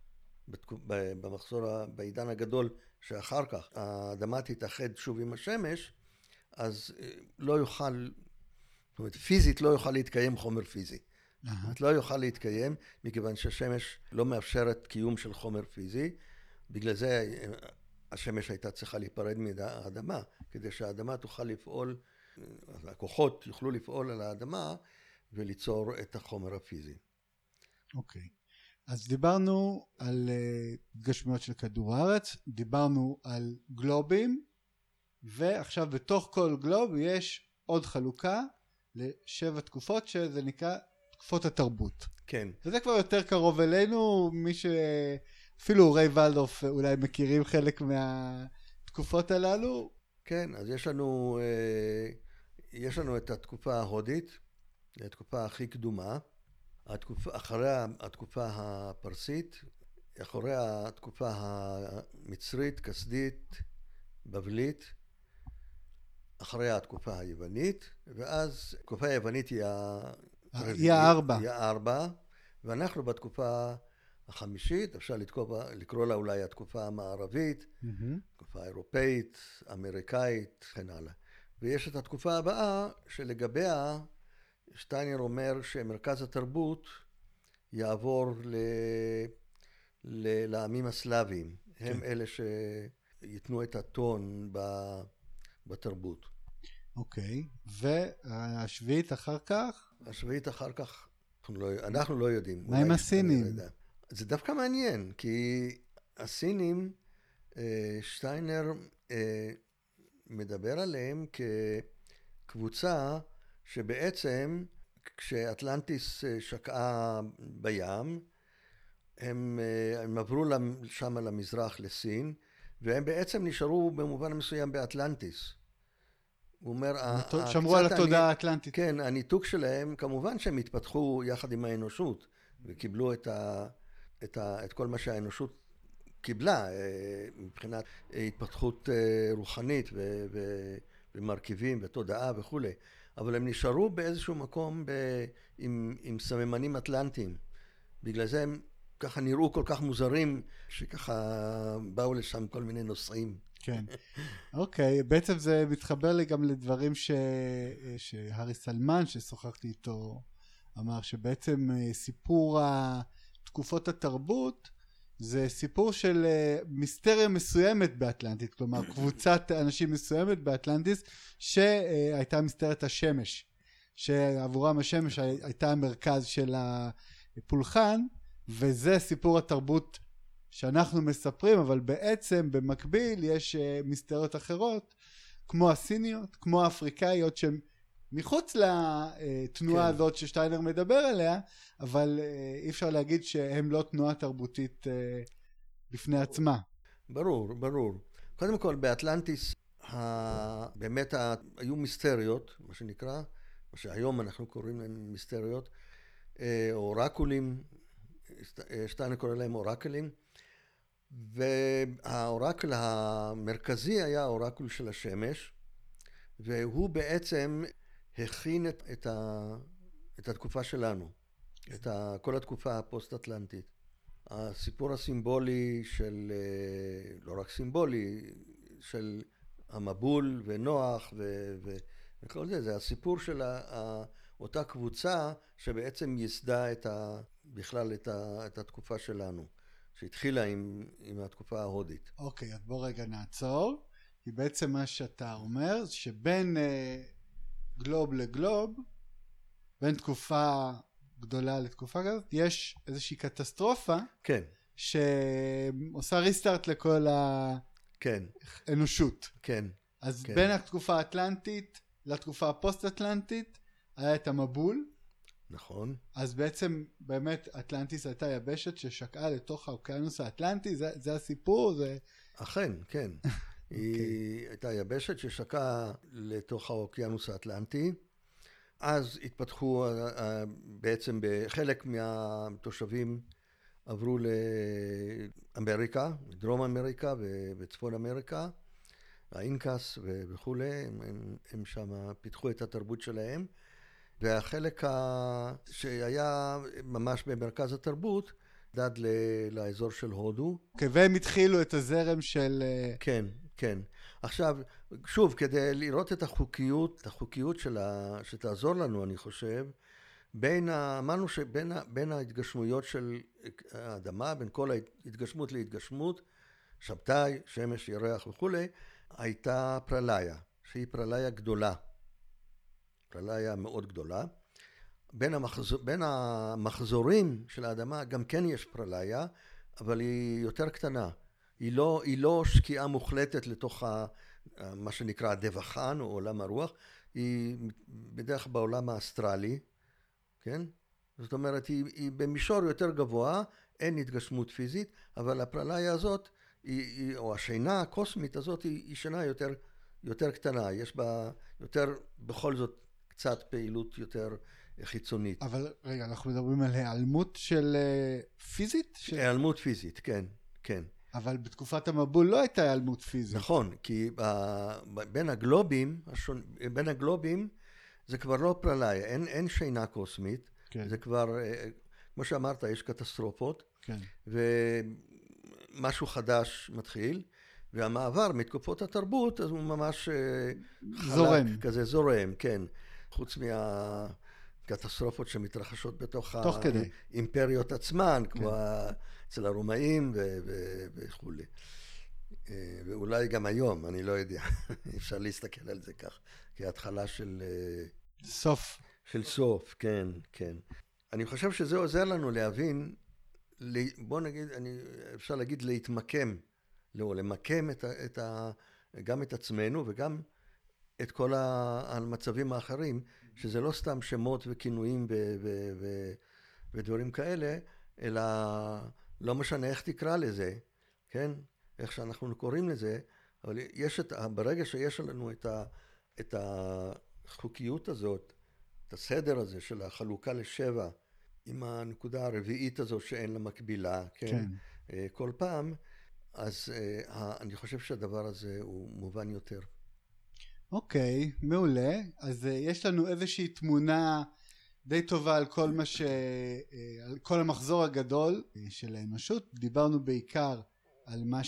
במחזור, בעידן הגדול שאחר כך, האדמה תתאחד שוב עם השמש, אז לא יוכל, זאת אומרת, פיזית לא יוכל להתקיים חומר פיזי. זאת אומרת, לא יוכל להתקיים, מכיוון שהשמש לא מאפשרת קיום של חומר פיזי. בגלל זה השמש הייתה צריכה להיפרד מהאדמה, כדי שהאדמה תוכל לפעול, הכוחות יוכלו לפעול על האדמה וליצור את החומר הפיזי. אוקיי. Okay. אז דיברנו על התגשמויות של כדור הארץ, דיברנו על גלובים, ועכשיו בתוך כל גלוב יש עוד חלוקה לשבע תקופות, שזה נקרא תקופות התרבות. כן. וזה כבר יותר קרוב אלינו, מי שאפילו ריי ולדורף אולי מכירים חלק מהתקופות הללו. כן, אז יש לנו, יש לנו את התקופה ההודית, התקופה הכי קדומה, התקופה, אחרי התקופה הפרסית, אחרי התקופה המצרית, כסדית, בבלית, אחרי התקופה היוונית, ואז התקופה היוונית היא הארבע. היא הארבע, ואנחנו בתקופה החמישית, אפשר לקרוא, לקרוא לה אולי התקופה המערבית, mm-hmm. תקופה אירופאית, אמריקאית, כן הלאה. ויש את התקופה הבאה שלגביה שטיינר אומר שמרכז התרבות יעבור ל... ל... לעמים הסלאביים. כן. הם אלה שיתנו את הטון ב... בתרבות. אוקיי. והשביעית אחר כך? השביעית אחר כך, אנחנו לא, אנחנו לא יודעים. מה עם הסינים? לא זה דווקא מעניין, כי הסינים, שטיינר מדבר עליהם כקבוצה שבעצם כשאטלנטיס שקעה בים, הם, הם עברו שם למזרח לסין, והם בעצם נשארו במובן מסוים באטלנטיס. הוא אומר, שמרו על התודעה האטלנטית. כן, הניתוק שלהם, כמובן שהם התפתחו יחד עם האנושות, וקיבלו את, ה, את, ה, את כל מה שהאנושות קיבלה, מבחינת התפתחות רוחנית ו, ו, ומרכיבים ותודעה וכו'. אבל הם נשארו באיזשהו מקום ב, עם, עם סממנים אטלנטיים. בגלל זה הם ככה נראו כל כך מוזרים, שככה באו לשם כל מיני נוסעים. כן. אוקיי, בעצם זה מתחבר לי גם לדברים ש... שהרי סלמן, ששוחחתי איתו, אמר שבעצם סיפור תקופות התרבות, זה סיפור של מיסטריה מסוימת באטלנטית, כלומר קבוצת אנשים מסוימת באטלנטיס, שהייתה מיסטריית השמש, שעבורם השמש הייתה המרכז של הפולחן, וזה סיפור התרבות שאנחנו מספרים, אבל בעצם במקביל יש מיסטריות אחרות, כמו הסיניות, כמו האפריקאיות, שהן מחוץ לתנועה כן. הזאת ששטיינר מדבר עליה, אבל אי אפשר להגיד שהן לא תנועה תרבותית בפני עצמה. ברור, ברור. קודם כל, באטלנטיס באמת היו מיסטריות, מה שנקרא, מה שהיום אנחנו קוראים להם מיסטריות, אורקולים, שטיינר קורא להם אורקלים, והאורקל המרכזי היה האורקל של השמש, והוא בעצם הכין את, את, ה, את התקופה שלנו, את ה, כל התקופה הפוסט-אטלנטית. הסיפור הסימבולי של, לא רק סימבולי, של המבול ונוח ו, ו, וכל זה, זה הסיפור של ה, ה, אותה קבוצה שבעצם ייסדה את ה, בכלל את, ה, את התקופה שלנו, שהתחילה עם, עם התקופה ההודית. אוקיי, אז בוא רגע נעצור, כי בעצם מה שאתה אומר, שבין אה, גלוב לגלוב, בין תקופה גדולה לתקופה כזאת, יש איזושהי קטסטרופה, כן. שעושה ריסטארט לכל כן. האנושות. כן. אז כן. בין התקופה האטלנטית לתקופה הפוסט-אטלנטית, היה את המבול. נכון. אז בעצם באמת אטלנטיס הייתה יבשת ששקעה לתוך האוקיינוס האטלנטי, זה, זה הסיפור? זה... אכן, כן. היא הייתה יבשת ששקעה לתוך האוקיינוס האטלנטי. אז התפתחו, בעצם בחלק מהתושבים עברו לאמריקה, דרום אמריקה וצפון אמריקה, האינקס וכו', הם, הם, הם שם פיתחו את התרבות שלהם. והחלק ה... שהיה ממש במרכז התרבות, דד ל... לאזור של הודו. Okay, והם התחילו את הזרם של... כן, כן. עכשיו, שוב, כדי לראות את החוקיות, את החוקיות שלה, שתעזור לנו, אני חושב, בין ה... אמרנו שבין ה... בין ההתגשמויות של האדמה, בין כל ההתגשמות להתגשמות, שבתאי, שמש, ירח וכו', הייתה פרליה, שהיא פרליה גדולה. פרליה מאוד גדולה. בין, המחזור, בין המחזורים של האדמה גם כן יש פרליה, אבל היא יותר קטנה. היא לא, היא לא שקיעה מוחלטת לתוך ה, מה שנקרא הדווחן או עולם הרוח, היא בדרך בעולם האסטרלי, כן? זאת אומרת, היא, היא במישור יותר גבוה, אין התגשמות פיזית, אבל הפרליה הזאת, היא, היא, או השינה הקוסמית הזאת, היא, היא שינה יותר, יותר קטנה. יש בה יותר, בכל זאת, קצת פעילות יותר חיצונית. אבל רגע, אנחנו מדברים על העלמות של פיזית? העלמות פיזית, כן, כן. אבל בתקופת המבול לא הייתה העלמות פיזית. נכון, כי בין הגלובים, בין הגלובים זה כבר לא פרליה, אין, אין שינה קוסמית, כן. זה כבר, כמו שאמרת, יש קטסטרופות, כן. ומשהו חדש מתחיל, והמעבר מתקופות התרבות, אז הוא ממש זורם. חלק, כזה זורם, כן. חוץ מהקטסטרופות שמתרחשות בתוך האימפריות עצמן, כמו אצל הרומאים וכו'. ואולי גם היום, אני לא יודע, אפשר להסתכל על זה כך, כהתחלה של סוף. של סוף, כן, כן. אני חושב שזה עוזר לנו להבין, בוא נגיד, אפשר להגיד להתמקם, לא, למקם את ה, גם את עצמנו וגם את כל המצבים האחרים, שזה לא סתם שמות וכינויים ו- ו- ו- ודברים כאלה, אלא לא משנה איך תקרא לזה, כן? איך שאנחנו קוראים לזה, אבל יש את, ברגע שיש לנו את, ה- את החוקיות הזאת, את הסדר הזה של החלוקה לשבע, עם הנקודה הרביעית הזו שאין לה מקבילה, כן? כן. כל פעם, אז אני חושב שהדבר הזה הוא מובן יותר. אוקיי, מעולה. אז uh, יש לנו איזושהי תמונה די טובה על כל מה ש... uh, על כל המחזור הגדול uh, של האנושות. דיברנו בעיקר על מה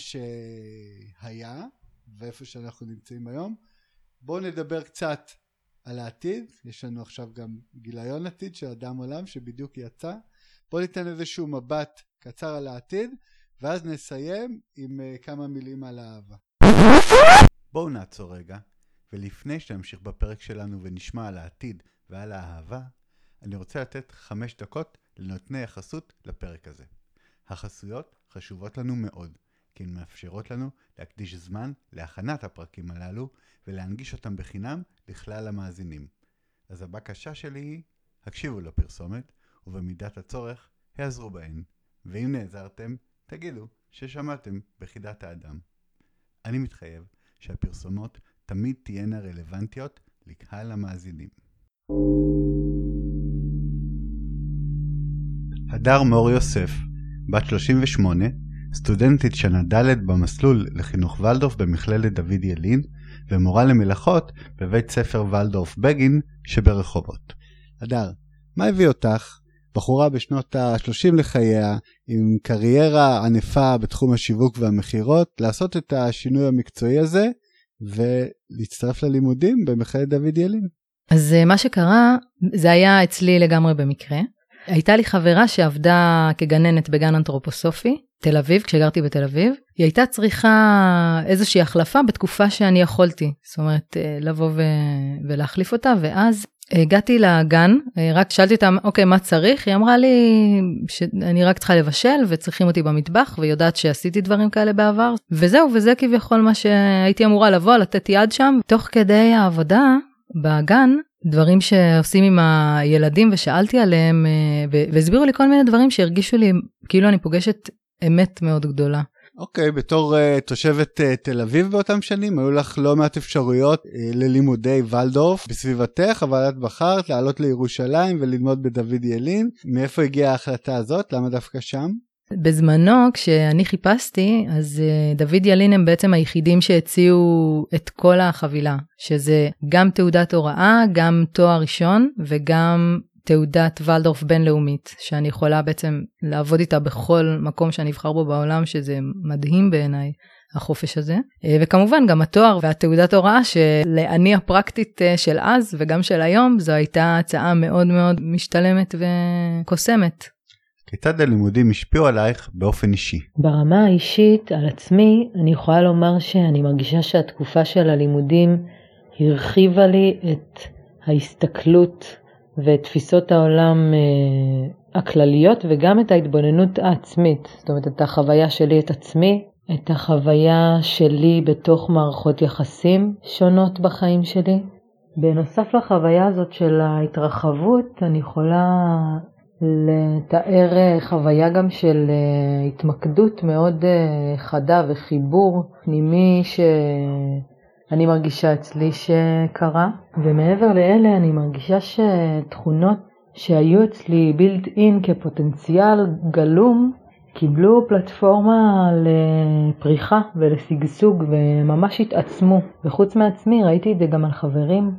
שהיה ואיפה שאנחנו נמצאים היום. בואו נדבר קצת על העתיד. יש לנו עכשיו גם גיליון עתיד של אדם עולם שבדיוק יצא. בואו ניתן איזשהו מבט קצר על העתיד, ואז נסיים עם uh, כמה מילים על האהבה. בואו נעצור רגע. ולפני שנמשיך בפרק שלנו ונשמע על העתיד ועל האהבה, אני רוצה לתת חמש דקות לנותני החסות לפרק הזה. החסויות חשובות לנו מאוד, כי הן מאפשרות לנו להקדיש זמן להכנת הפרקים הללו ולהנגיש אותם בחינם לכלל המאזינים. אז הבקשה שלי היא, הקשיבו לפרסומת, ובמידת הצורך, העזרו בהן. ואם נעזרתם, תגידו ששמעתם בחידת האדם. אני מתחייב שהפרסומות תמיד תהיינה רלוונטיות לקהל המאזינים. הדר מור יוסף, בת שלושים ושמונה, סטודנטית שנה ד' במסלול לחינוך ולדורף במכללת דוד ילין, ומורה למלאכות בבית ספר ולדורף בגין שברחובות. הדר, מה הביא אותך, בחורה בשנות ה-שלושים לחייה, עם קריירה ענפה בתחום השיווק והמחירות, לעשות את השינוי המקצועי הזה, ולהצטרף ללימודים במכללת דוד ילין? אז מה שקרה, זה היה אצלי לגמרי במקרה. הייתה לי חברה שעבדה כגננת בגן אנתרופוסופי, תל אביב, כשגרתי בתל אביב. היא הייתה צריכה איזושהי החלפה בתקופה שאני יכולתי. זאת אומרת, לבוא ו... ולהחליף אותה, ואז הגעתי לגן, רק שאלתי אותה, אוקיי, מה צריך? היא אמרה לי שאני רק צריכה לבשל, וצריכים אותי במטבח, ויודעת שעשיתי דברים כאלה בעבר. וזהו, וזה כביכול מה שהייתי אמורה לבוא, לתת יד שם. תוך כדי העבודה בגן, דברים שעושים עם הילדים, ושאלתי עליהם, והסבירו לי כל מיני דברים שהרגישו לי, כאילו אני פוגשת אמת מאוד גדולה. אוקיי, okay, בתור uh, תושבת uh, תל אביב באותם שנים, היו לך לא מעט אפשרויות uh, ללימודי ולדורף בסביבתך, אבל את בחרת לעלות לירושלים וללמוד בדוד ילין. מאיפה הגיעה ההחלטה הזאת? למה דווקא שם? בזמנו, כשאני חיפשתי, אז uh, דוד ילין הם בעצם היחידים שהציעו את כל החבילה, שזה גם תעודת הוראה, גם תואר ראשון, וגם תעודת ולדורף בינלאומית, שאני יכולה בעצם לעבוד איתה בכל מקום שאני אבחר בו בעולם, שזה מדהים בעיניי, החופש הזה. וכמובן גם התואר והתעודת הוראה, שלעני הפרקטית של אז וגם של היום, זו הייתה הצעה מאוד מאוד משתלמת וקוסמת. כיצד הלימודים השפיעו עלייך באופן אישי? ברמה האישית, על עצמי, אני יכולה לומר שאני מרגישה שהתקופה של הלימודים הרחיבה לי את ההסתכלות ואת תפיסות העולם אה, הכלליות, וגם את ההתבוננות העצמית. זאת אומרת, את החוויה שלי את עצמי, את החוויה שלי בתוך מערכות יחסים שונות בחיים שלי. בנוסף לחוויה הזאת של ההתרחבות, אני יכולה לתאר חוויה גם של אה, התמקדות מאוד אה, חדה וחיבור פנימי ש... אני מרגישה אצלי שקרה, ומעבר לאלה אני מרגישה שתכונות שהיו אצלי בילד אין כפוטנציאל גלום, קיבלו פלטפורמה לפריחה ולסגסוג וממש התעצמו. וחוץ מעצמי ראיתי את זה גם על חברים,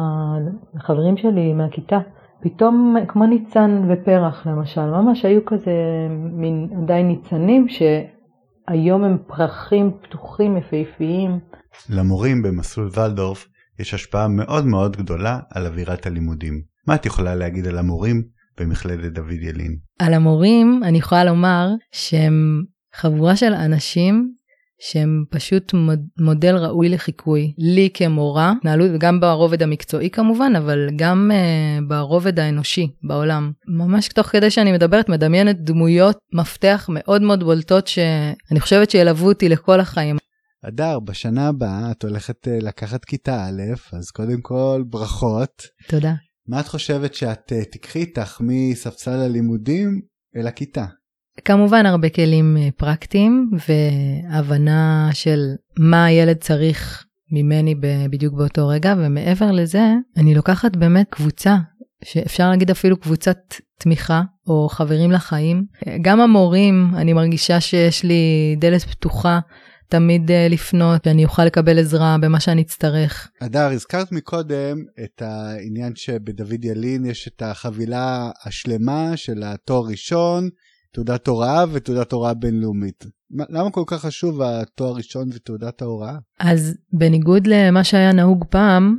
חברים שלי מהכיתה. פתאום כמו ניצן ופרח למשל, ממש היו כזה מין עדיין ניצנים שהיום הם פרחים פתוחים, יפהפיים. למורים במסלול ולדורף יש השפעה מאוד מאוד גדולה על אווירת הלימודים. מה את יכולה להגיד על המורים במכללת דוד ילין? על המורים אני יכולה לומר שהם חבורה של אנשים שהם פשוט מודל ראוי לחיקוי. לי כמורה, נעלות וגם ברובד המקצועי כמובן, אבל גם uh, ברובד האנושי בעולם. ממש תוך כדי שאני מדברת, מדמיינת דמויות מפתח מאוד מאוד בולטות שאני חושבת שילוו אותי לכל החיים. הדר, בשנה הבאה את הולכת uh, לקחת כיתה א', אז קודם כל ברכות. תודה. מה את חושבת שאת uh, תקחי איתך מספסל הלימודים אל הכיתה? כמובן הרבה כלים פרקטיים והבנה של מה הילד צריך ממני בדיוק באותו רגע, ומעבר לזה אני לוקחת באמת קבוצה, שאפשר להגיד אפילו קבוצת תמיכה או חברים לחיים. גם המורים, אני מרגישה שיש לי דלת פתוחה תמיד לפנות, ואני אוכל לקבל עזרה במה שאני אצטרך. הדר, הזכרת מקודם את העניין שבדוד ילין יש את החבילה השלמה של התואר ראשון, תעודת הוראה ותעודת הוראה בינלאומית. למה כל כך חשוב התואר ראשון ותעודת ההוראה? אז בניגוד למה שהיה נהוג פעם,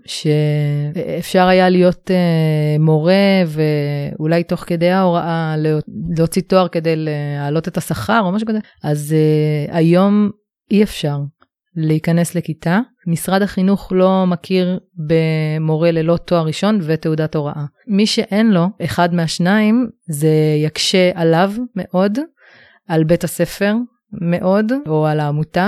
שאפשר היה להיות uh, מורה ואולי תוך כדי ההוראה להוציא תואר כדי להעלות את השכר או משהו כזה, אז uh, היום אי אפשר להיכנס לכיתה. משרד החינוך לא מכיר במורה ללא תואר ראשון ותעודת הוראה. מי שאין לו, אחד מהשניים, זה יקשה עליו מאוד, על בית הספר מאוד, או על העמותה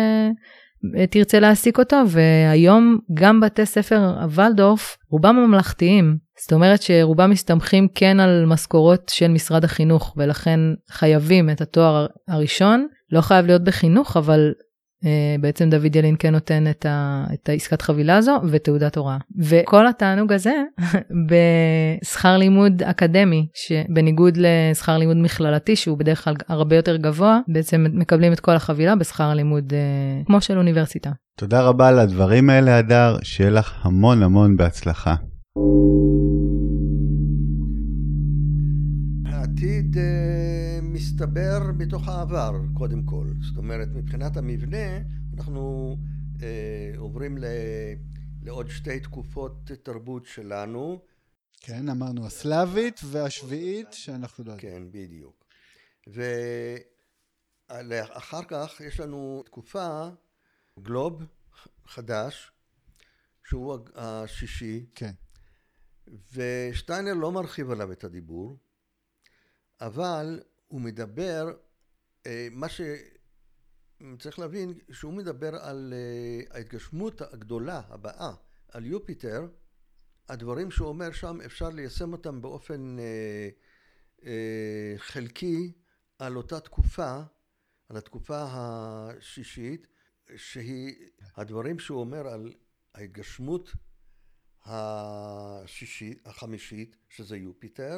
שתרצה להעסיק אותו, והיום גם בתי ספר ולדורף, רובם ממלכתיים. זאת אומרת שרובם מסתמכים כן על משכורות של משרד החינוך, ולכן חייבים את התואר הראשון. לא חייב להיות בחינוך, אבל בעצם דוד ילין כן נותן את, ה, את העסקת חבילה הזו ותעודת הוראה. וכל התענוג הזה בשכר לימוד אקדמי, שבניגוד לשכר לימוד מכללתי, שהוא בדרך כלל הרבה יותר גבוה, בעצם מקבלים את כל החבילה בשכר לימוד כמו של אוניברסיטה. תודה רבה על הדברים האלה, הדר, שיהיה לך המון המון בהצלחה. העתיד מסתבר בתוך העבר, קודם כל. זאת אומרת, מבחינת המבנה, אנחנו אה, עוברים ל, לעוד שתי תקופות תרבות שלנו. כן, אמרנו הסלאבית והשביעית, שאנחנו לא יודעים. כן, בדיוק. ואחר כך יש לנו תקופה, גלוב חדש, שהוא השישי. כן. ושטיינר לא מרחיב עליו את הדיבור, אבל הוא מדבר, מה שצריך להבין, שהוא מדבר על ההתגשמות הגדולה הבאה, על יופיטר, הדברים שהוא אומר שם אפשר ליישם אותם באופן חלקי על אותה תקופה, על התקופה השישית, שהיא, הדברים שהוא אומר על ההתגשמות השישית, החמישית, שזה יופיטר,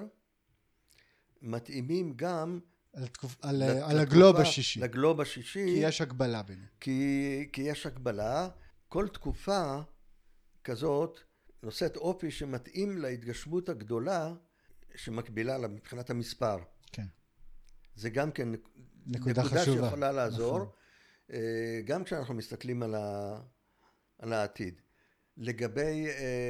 מתאימים גם על, תקופ... על, לתקופה, על הגלוב השישי. לגלוב השישי. כי יש הגבלה ביניהם. כי, כי יש הגבלה. כל תקופה כזאת נושאת אופי שמתאים להתגשמות הגדולה שמקבילה לה מבחינת המספר. כן. זה גם כן נקודה, נקודה חשובה. שיכולה לעזור. נכון. גם כשאנחנו מסתכלים על, ה... על העתיד. לגבי,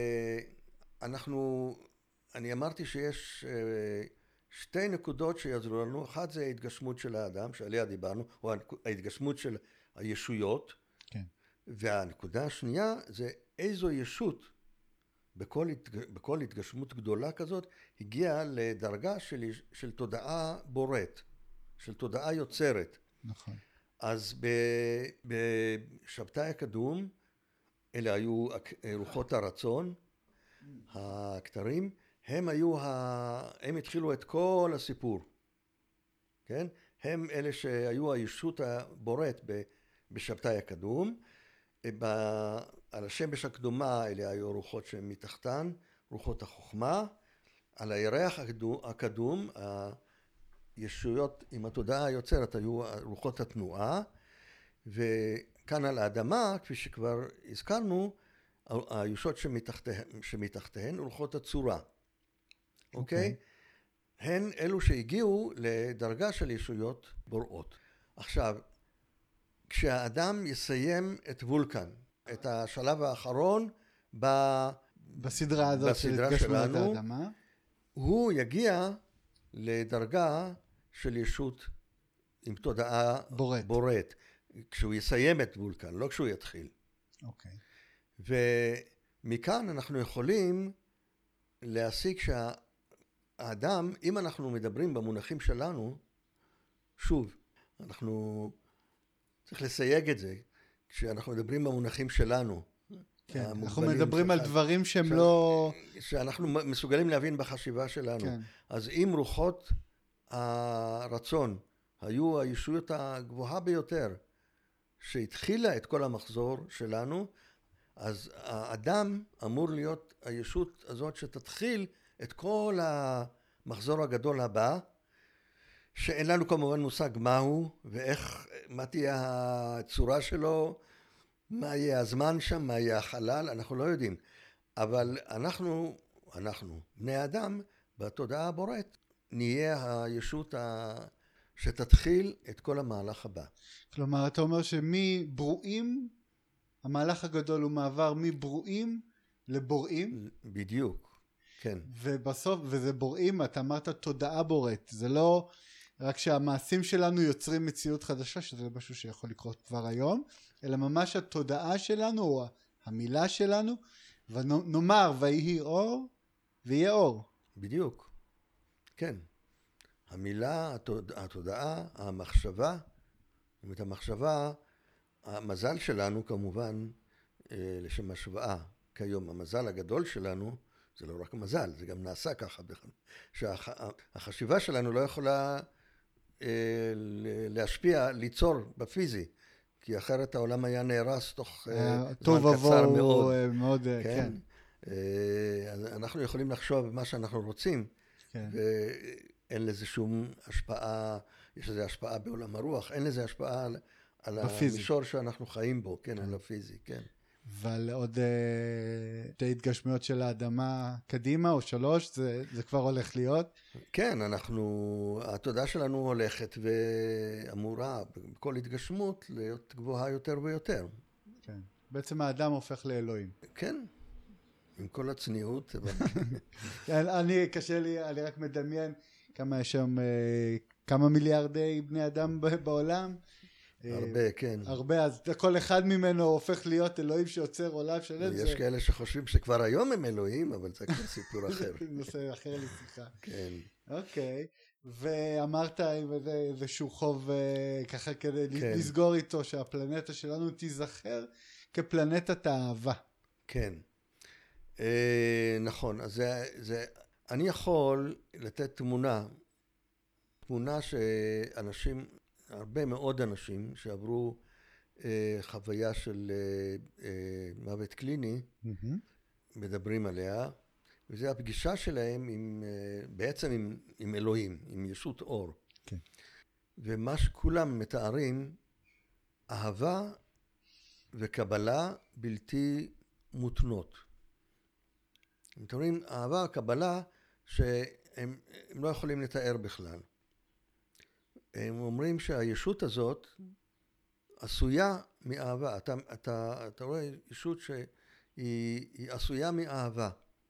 אנחנו, אני אמרתי שיש שתי נקודות שיעזרו לנו. אחת זה ההתגשמות של האדם, שעליה דיברנו, או ההתגשמות של הישויות. כן. והנקודה השנייה זה איזו ישות בכל, בכל התגשמות גדולה כזאת הגיעה לדרגה של, של תודעה בוראת, של תודעה יוצרת. נכון. אז בשבתאי הקדום, אלה היו רוחות הרצון, הכתרים, הם היו, הם התחילו את כל הסיפור, כן? הם אלה שהיו הישות הבוראת בשבתאי הקדום. על השמש הקדומה אלה היו רוחות שהן מתחתן, רוחות החוכמה. על הירח הקדום, הישויות עם התודעה היוצרת היו רוחות התנועה. וכאן על האדמה, כפי שכבר הזכרנו, הישויות שמתחתיהן, שמתחתיהן רוחות הצורה. אוקיי? Okay. הן אלו שהגיעו לדרגה של ישויות בוראות. עכשיו, כשהאדם יסיים את וולקן, את השלב האחרון ב... בסדרה הזאת של התגשמות האדמה, הוא יגיע לדרגה של ישות עם תודעה בוראת. בוראת, כשהוא יסיים את וולקן, לא כשהוא יתחיל. אוקיי. ומכאן אנחנו יכולים להסיק שהאדם, אם אנחנו מדברים במונחים שלנו, שוב, אנחנו צריך לסייג את זה, כשאנחנו מדברים במונחים שלנו. כן, אנחנו מדברים על דברים שהם ש... לא... שאנחנו מסוגלים להבין בחשיבה שלנו. כן. אז אם רוחות הרצון היו הישויות הגבוהה ביותר, שהתחילה את כל המחזור שלנו, אז האדם אמור להיות הישות הזאת שתתחיל את כל המחזור הגדול הבא, שאין לנו כמובן מושג מהו ואיך, מה תהיה הצורה שלו, מה יהיה הזמן שם, מה יהיה החלל, אנחנו לא יודעים. אבל אנחנו, אנחנו, בני אדם, בתודעה הבוראת, נהיה הישות ה... שתתחיל את כל המהלך הבא. כלומר, אתה אומר שמברואים, המהלך הגדול הוא מעבר מברואים לבוראים? בדיוק, כן. ובסוף, וזה בוראים, אתה אמרת תודעה בוראת, זה לא רק שהמעשים שלנו יוצרים מציאות חדשה, שזה משהו שיכול לקרות כבר היום, אלא ממש התודעה שלנו, או המילה שלנו, ונאמר, ויהי אור, ויהיה אור. בדיוק, כן. המילה, התודעה, המחשבה, זאת אומרת, המחשבה, המזל שלנו כמובן, לשם השוואה, כיום המזל הגדול שלנו, זה לא רק מזל, זה גם נעשה ככה, שהחשיבה שלנו לא יכולה להשפיע, ליצור בפיזי, כי אחרת העולם היה נהרס תוך טוב זמן קצר מאוד. מאוד, כן. אנחנו יכולים לחשוב מה שאנחנו רוצים, ואין לזה שום השפעה, יש לזה השפעה בעולם הרוח, אין לזה השפעה על המישור שאנחנו חיים בו, כן, על הפיזי, כן. ועל עוד שתי התגשמיות של האדמה קדימה, או שלוש, זה, זה כבר הולך להיות? כן, אנחנו, התודעה שלנו הולכת ואמורה בכל התגשמות להיות גבוהה יותר ויותר. כן, בעצם האדם הופך לאלוהים. כן, עם כל הצניעות. אני, קשה לי, אני רק מדמיין כמה יש שם, כמה מיליארדי בני אדם בעולם. הרבה, כן. הרבה, אז כל אחד ממנו הופך להיות אלוהים שיוצר עולם שלם. יש כאלה שחושבים שכבר היום הם אלוהים, אבל זה כבר סיפור אחר. נושא אחר לשיחה. כן. אוקיי, ואמרת איזשהו חוב ככה כדי לסגור איתו, שהפלנטה שלנו תיזכר כפלנטת האהבה. כן. נכון, אז זה, אני יכול לתת תמונה, תמונה שאנשים, הרבה מאוד אנשים שעברו אה, חוויה של אה, אה, מוות קליני, mm-hmm. מדברים עליה, וזה הפגישה שלהם עם, אה, בעצם עם, עם אלוהים, עם ישות אור. Okay. ומה שכולם מתארים, אהבה וקבלה בלתי מותנות. הם מתארים אהבה וקבלה שהם הם לא יכולים לתאר בכלל. הם אומרים שהישות הזאת עשויה מאהבה. אתה, אתה, אתה רואה ישות שהיא היא עשויה מאהבה.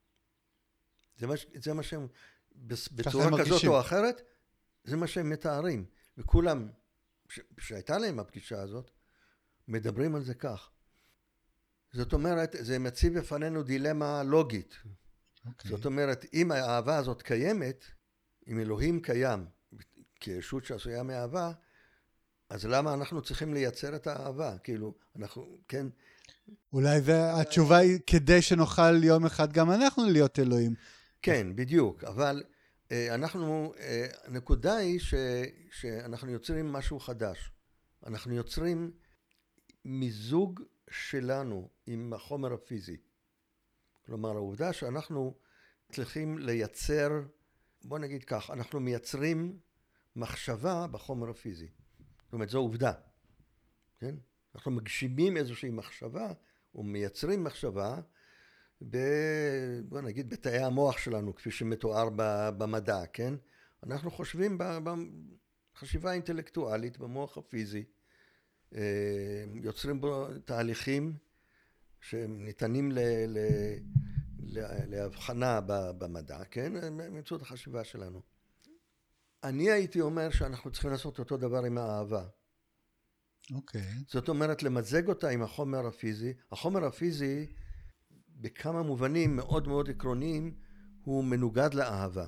זה מה, זה מה שהם, בצורה כזאת מרגישים. או אחרת, זה מה שהם מתארים. וכולם, ש, שהייתה להם הפגישה הזאת, מדברים על זה כך. זאת אומרת, זה מציב בפנינו דילמה לוגית. Okay. זאת אומרת, אם האהבה הזאת קיימת, אם אלוהים קיים, כישות שעשויה מאהבה, אז למה אנחנו צריכים לייצר את האהבה? כאילו, אנחנו, כן. אולי זה, התשובה היא כדי שנוכל יום אחד גם אנחנו להיות אלוהים. כן, בדיוק. אבל אנחנו, הנקודה היא ש, שאנחנו יוצרים משהו חדש. אנחנו יוצרים מיזוג שלנו עם החומר הפיזי. כלומר, העובדה שאנחנו צריכים לייצר, בוא נגיד כך, אנחנו מייצרים מחשבה בחומר הפיזי. זאת אומרת, זו עובדה. כן? אנחנו מגשימים איזושהי מחשבה, או מייצרים מחשבה, ב, בוא נגיד, בתאי המוח שלנו, כפי שמתואר במדע, כן? אנחנו חושבים בחשיבה אינטלקטואלית, במוח הפיזי, יוצרים בו תהליכים שניתנים ל, ל, ל, להבחנה במדע, כן? באמצעות החשיבה שלנו. אני הייתי אומר שאנחנו צריכים לעשות אותו דבר עם האהבה. אוקיי. Okay. זאת אומרת, למזג אותה עם החומר הפיזי. החומר הפיזי, בכמה מובנים מאוד מאוד עקרוניים, הוא מנוגד לאהבה.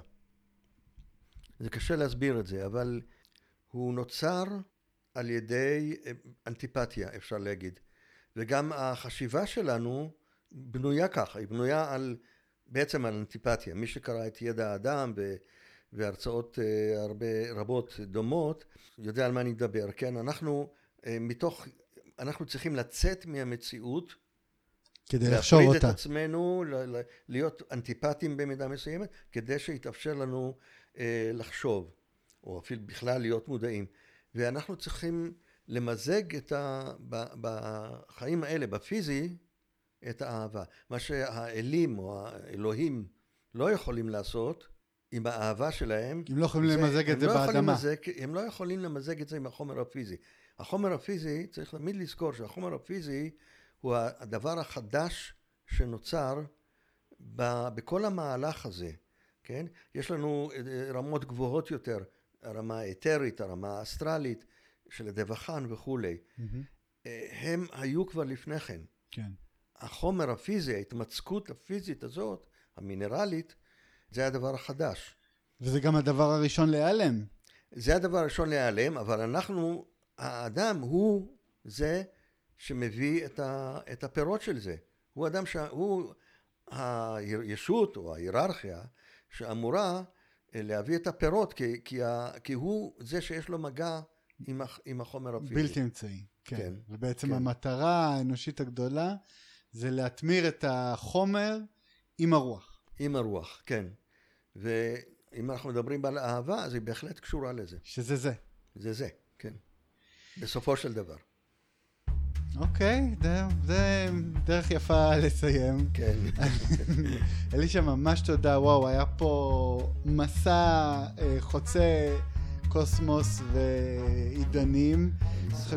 זה קשה להסביר את זה, אבל הוא נוצר על ידי אנטיפתיה, אפשר להגיד. וגם החשיבה שלנו בנויה ככה, היא בנויה על, בעצם על אנטיפתיה. מי שקרא את ידע האדם ו... והרצאות הרבה רבות דומות, יודע על מה אני מדבר, כן? אנחנו מתוך, אנחנו צריכים לצאת מהמציאות, כדי לחשוב אותה. להפריד את עצמנו, להיות אנטיפטיים במידה מסוימת, כדי שיתאפשר לנו לחשוב, או אפילו בכלל להיות מודעים. ואנחנו צריכים למזג את ה, בחיים האלה, בפיזי, את האהבה. מה שהאלים או האלוהים לא יכולים לעשות, עם האהבה שלהם. הם לא יכולים זה, למזג את זה לא באדמה. למזג, הם לא יכולים למזג את זה עם החומר הפיזי. החומר הפיזי, צריך תמיד לזכור שהחומר הפיזי הוא הדבר החדש שנוצר ב, בכל המהלך הזה. כן? יש לנו רמות גבוהות יותר, הרמה האתרית, הרמה האסטרלית, של הדווחן וכולי. Mm-hmm. הם היו כבר לפני כן. כן. החומר הפיזי, ההתמצקות הפיזית הזאת, המינרלית, זה הדבר החדש. וזה גם הדבר הראשון להיעלם. זה הדבר הראשון להיעלם, אבל אנחנו, האדם הוא זה שמביא את, ה, את הפירות של זה. הוא אדם שהוא הישות או ההיררכיה שאמורה להביא את הפירות, כי, כי, כי הוא זה שיש לו מגע עם, עם החומר הפיזי. בלתי אמצעי. כן. כן. ובעצם כן. המטרה האנושית הגדולה זה להתמיר את החומר עם הרוח. עם הרוח, כן. ואם אנחנו מדברים על אהבה, אז היא בהחלט קשורה לזה. שזה זה. זה זה, כן. בסופו של דבר. אוקיי, זה, זה דרך יפה לסיים. כן. אלישע, ממש תודה. וואו, היה פה מסע אה, חוצה קוסמוס ועידנים. אני חושב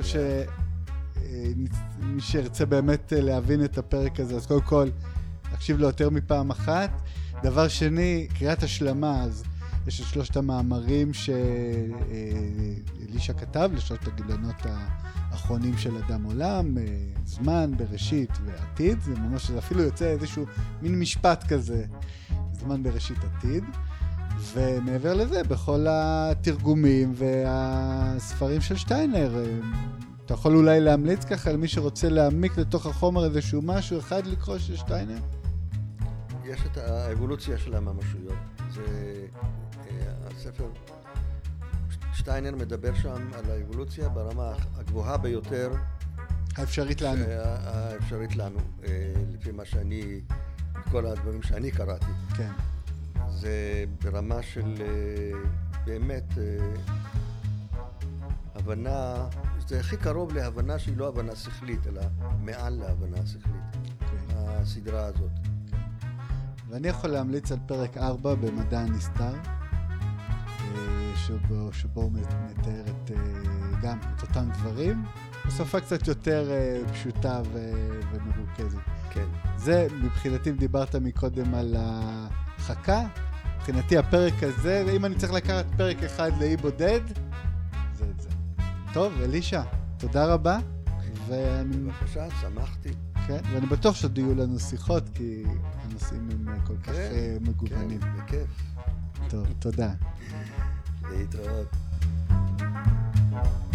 שמי שירצה באמת להבין את הפרק הזה, אז קודם כל, להקשיב לו יותר מפעם אחת. דבר שני, קריאת השלמה, אז יש את שלושת המאמרים שאלישע כתב, לשלושת הגיליונות האחרונים של אדם עולם, זמן, בראשית ועתיד. זה ממש, זה אפילו יוצא איזשהו מין משפט כזה, זמן, בראשית, עתיד. ומעבר לזה, בכל התרגומים והספרים של שטיינר, אתה יכול אולי להמליץ ככה למי שרוצה להעמיק לתוך החומר איזשהו משהו אחד לקרוא של שטיינר? יש את האבולוציה של הממשויות. זה הספר, שטיינר מדבר שם על האבולוציה ברמה הגבוהה ביותר. האפשרית לנו. האפשרית לנו, לפי מה שאני, כל הדברים שאני קראתי. כן. זה ברמה של באמת הבנה, זה הכי קרוב להבנה שהיא לא הבנה שכלית, אלא מעל להבנה שכלית. Okay. הסדרה הזאת. ואני יכול להמליץ על פרק ארבע במדע הנסתר, שבו, שבו הוא מתאר את, גם את אותם דברים, בשפה קצת יותר פשוטה ו- ומרוכזת. כן. זה, מבחינתי, דיברת מקודם על החכה, מבחינתי הפרק הזה, אם אני צריך לקחת פרק אחד לאי בודד, זה את זה. טוב, אלישע, תודה רבה. ואני... בבקשה, שמחתי. כן, ואני בטוח שעוד יהיו לנו שיחות, כי הנושאים הם כל כך כן, מגוונים. כן, בכיף. טוב, תודה. להתראות.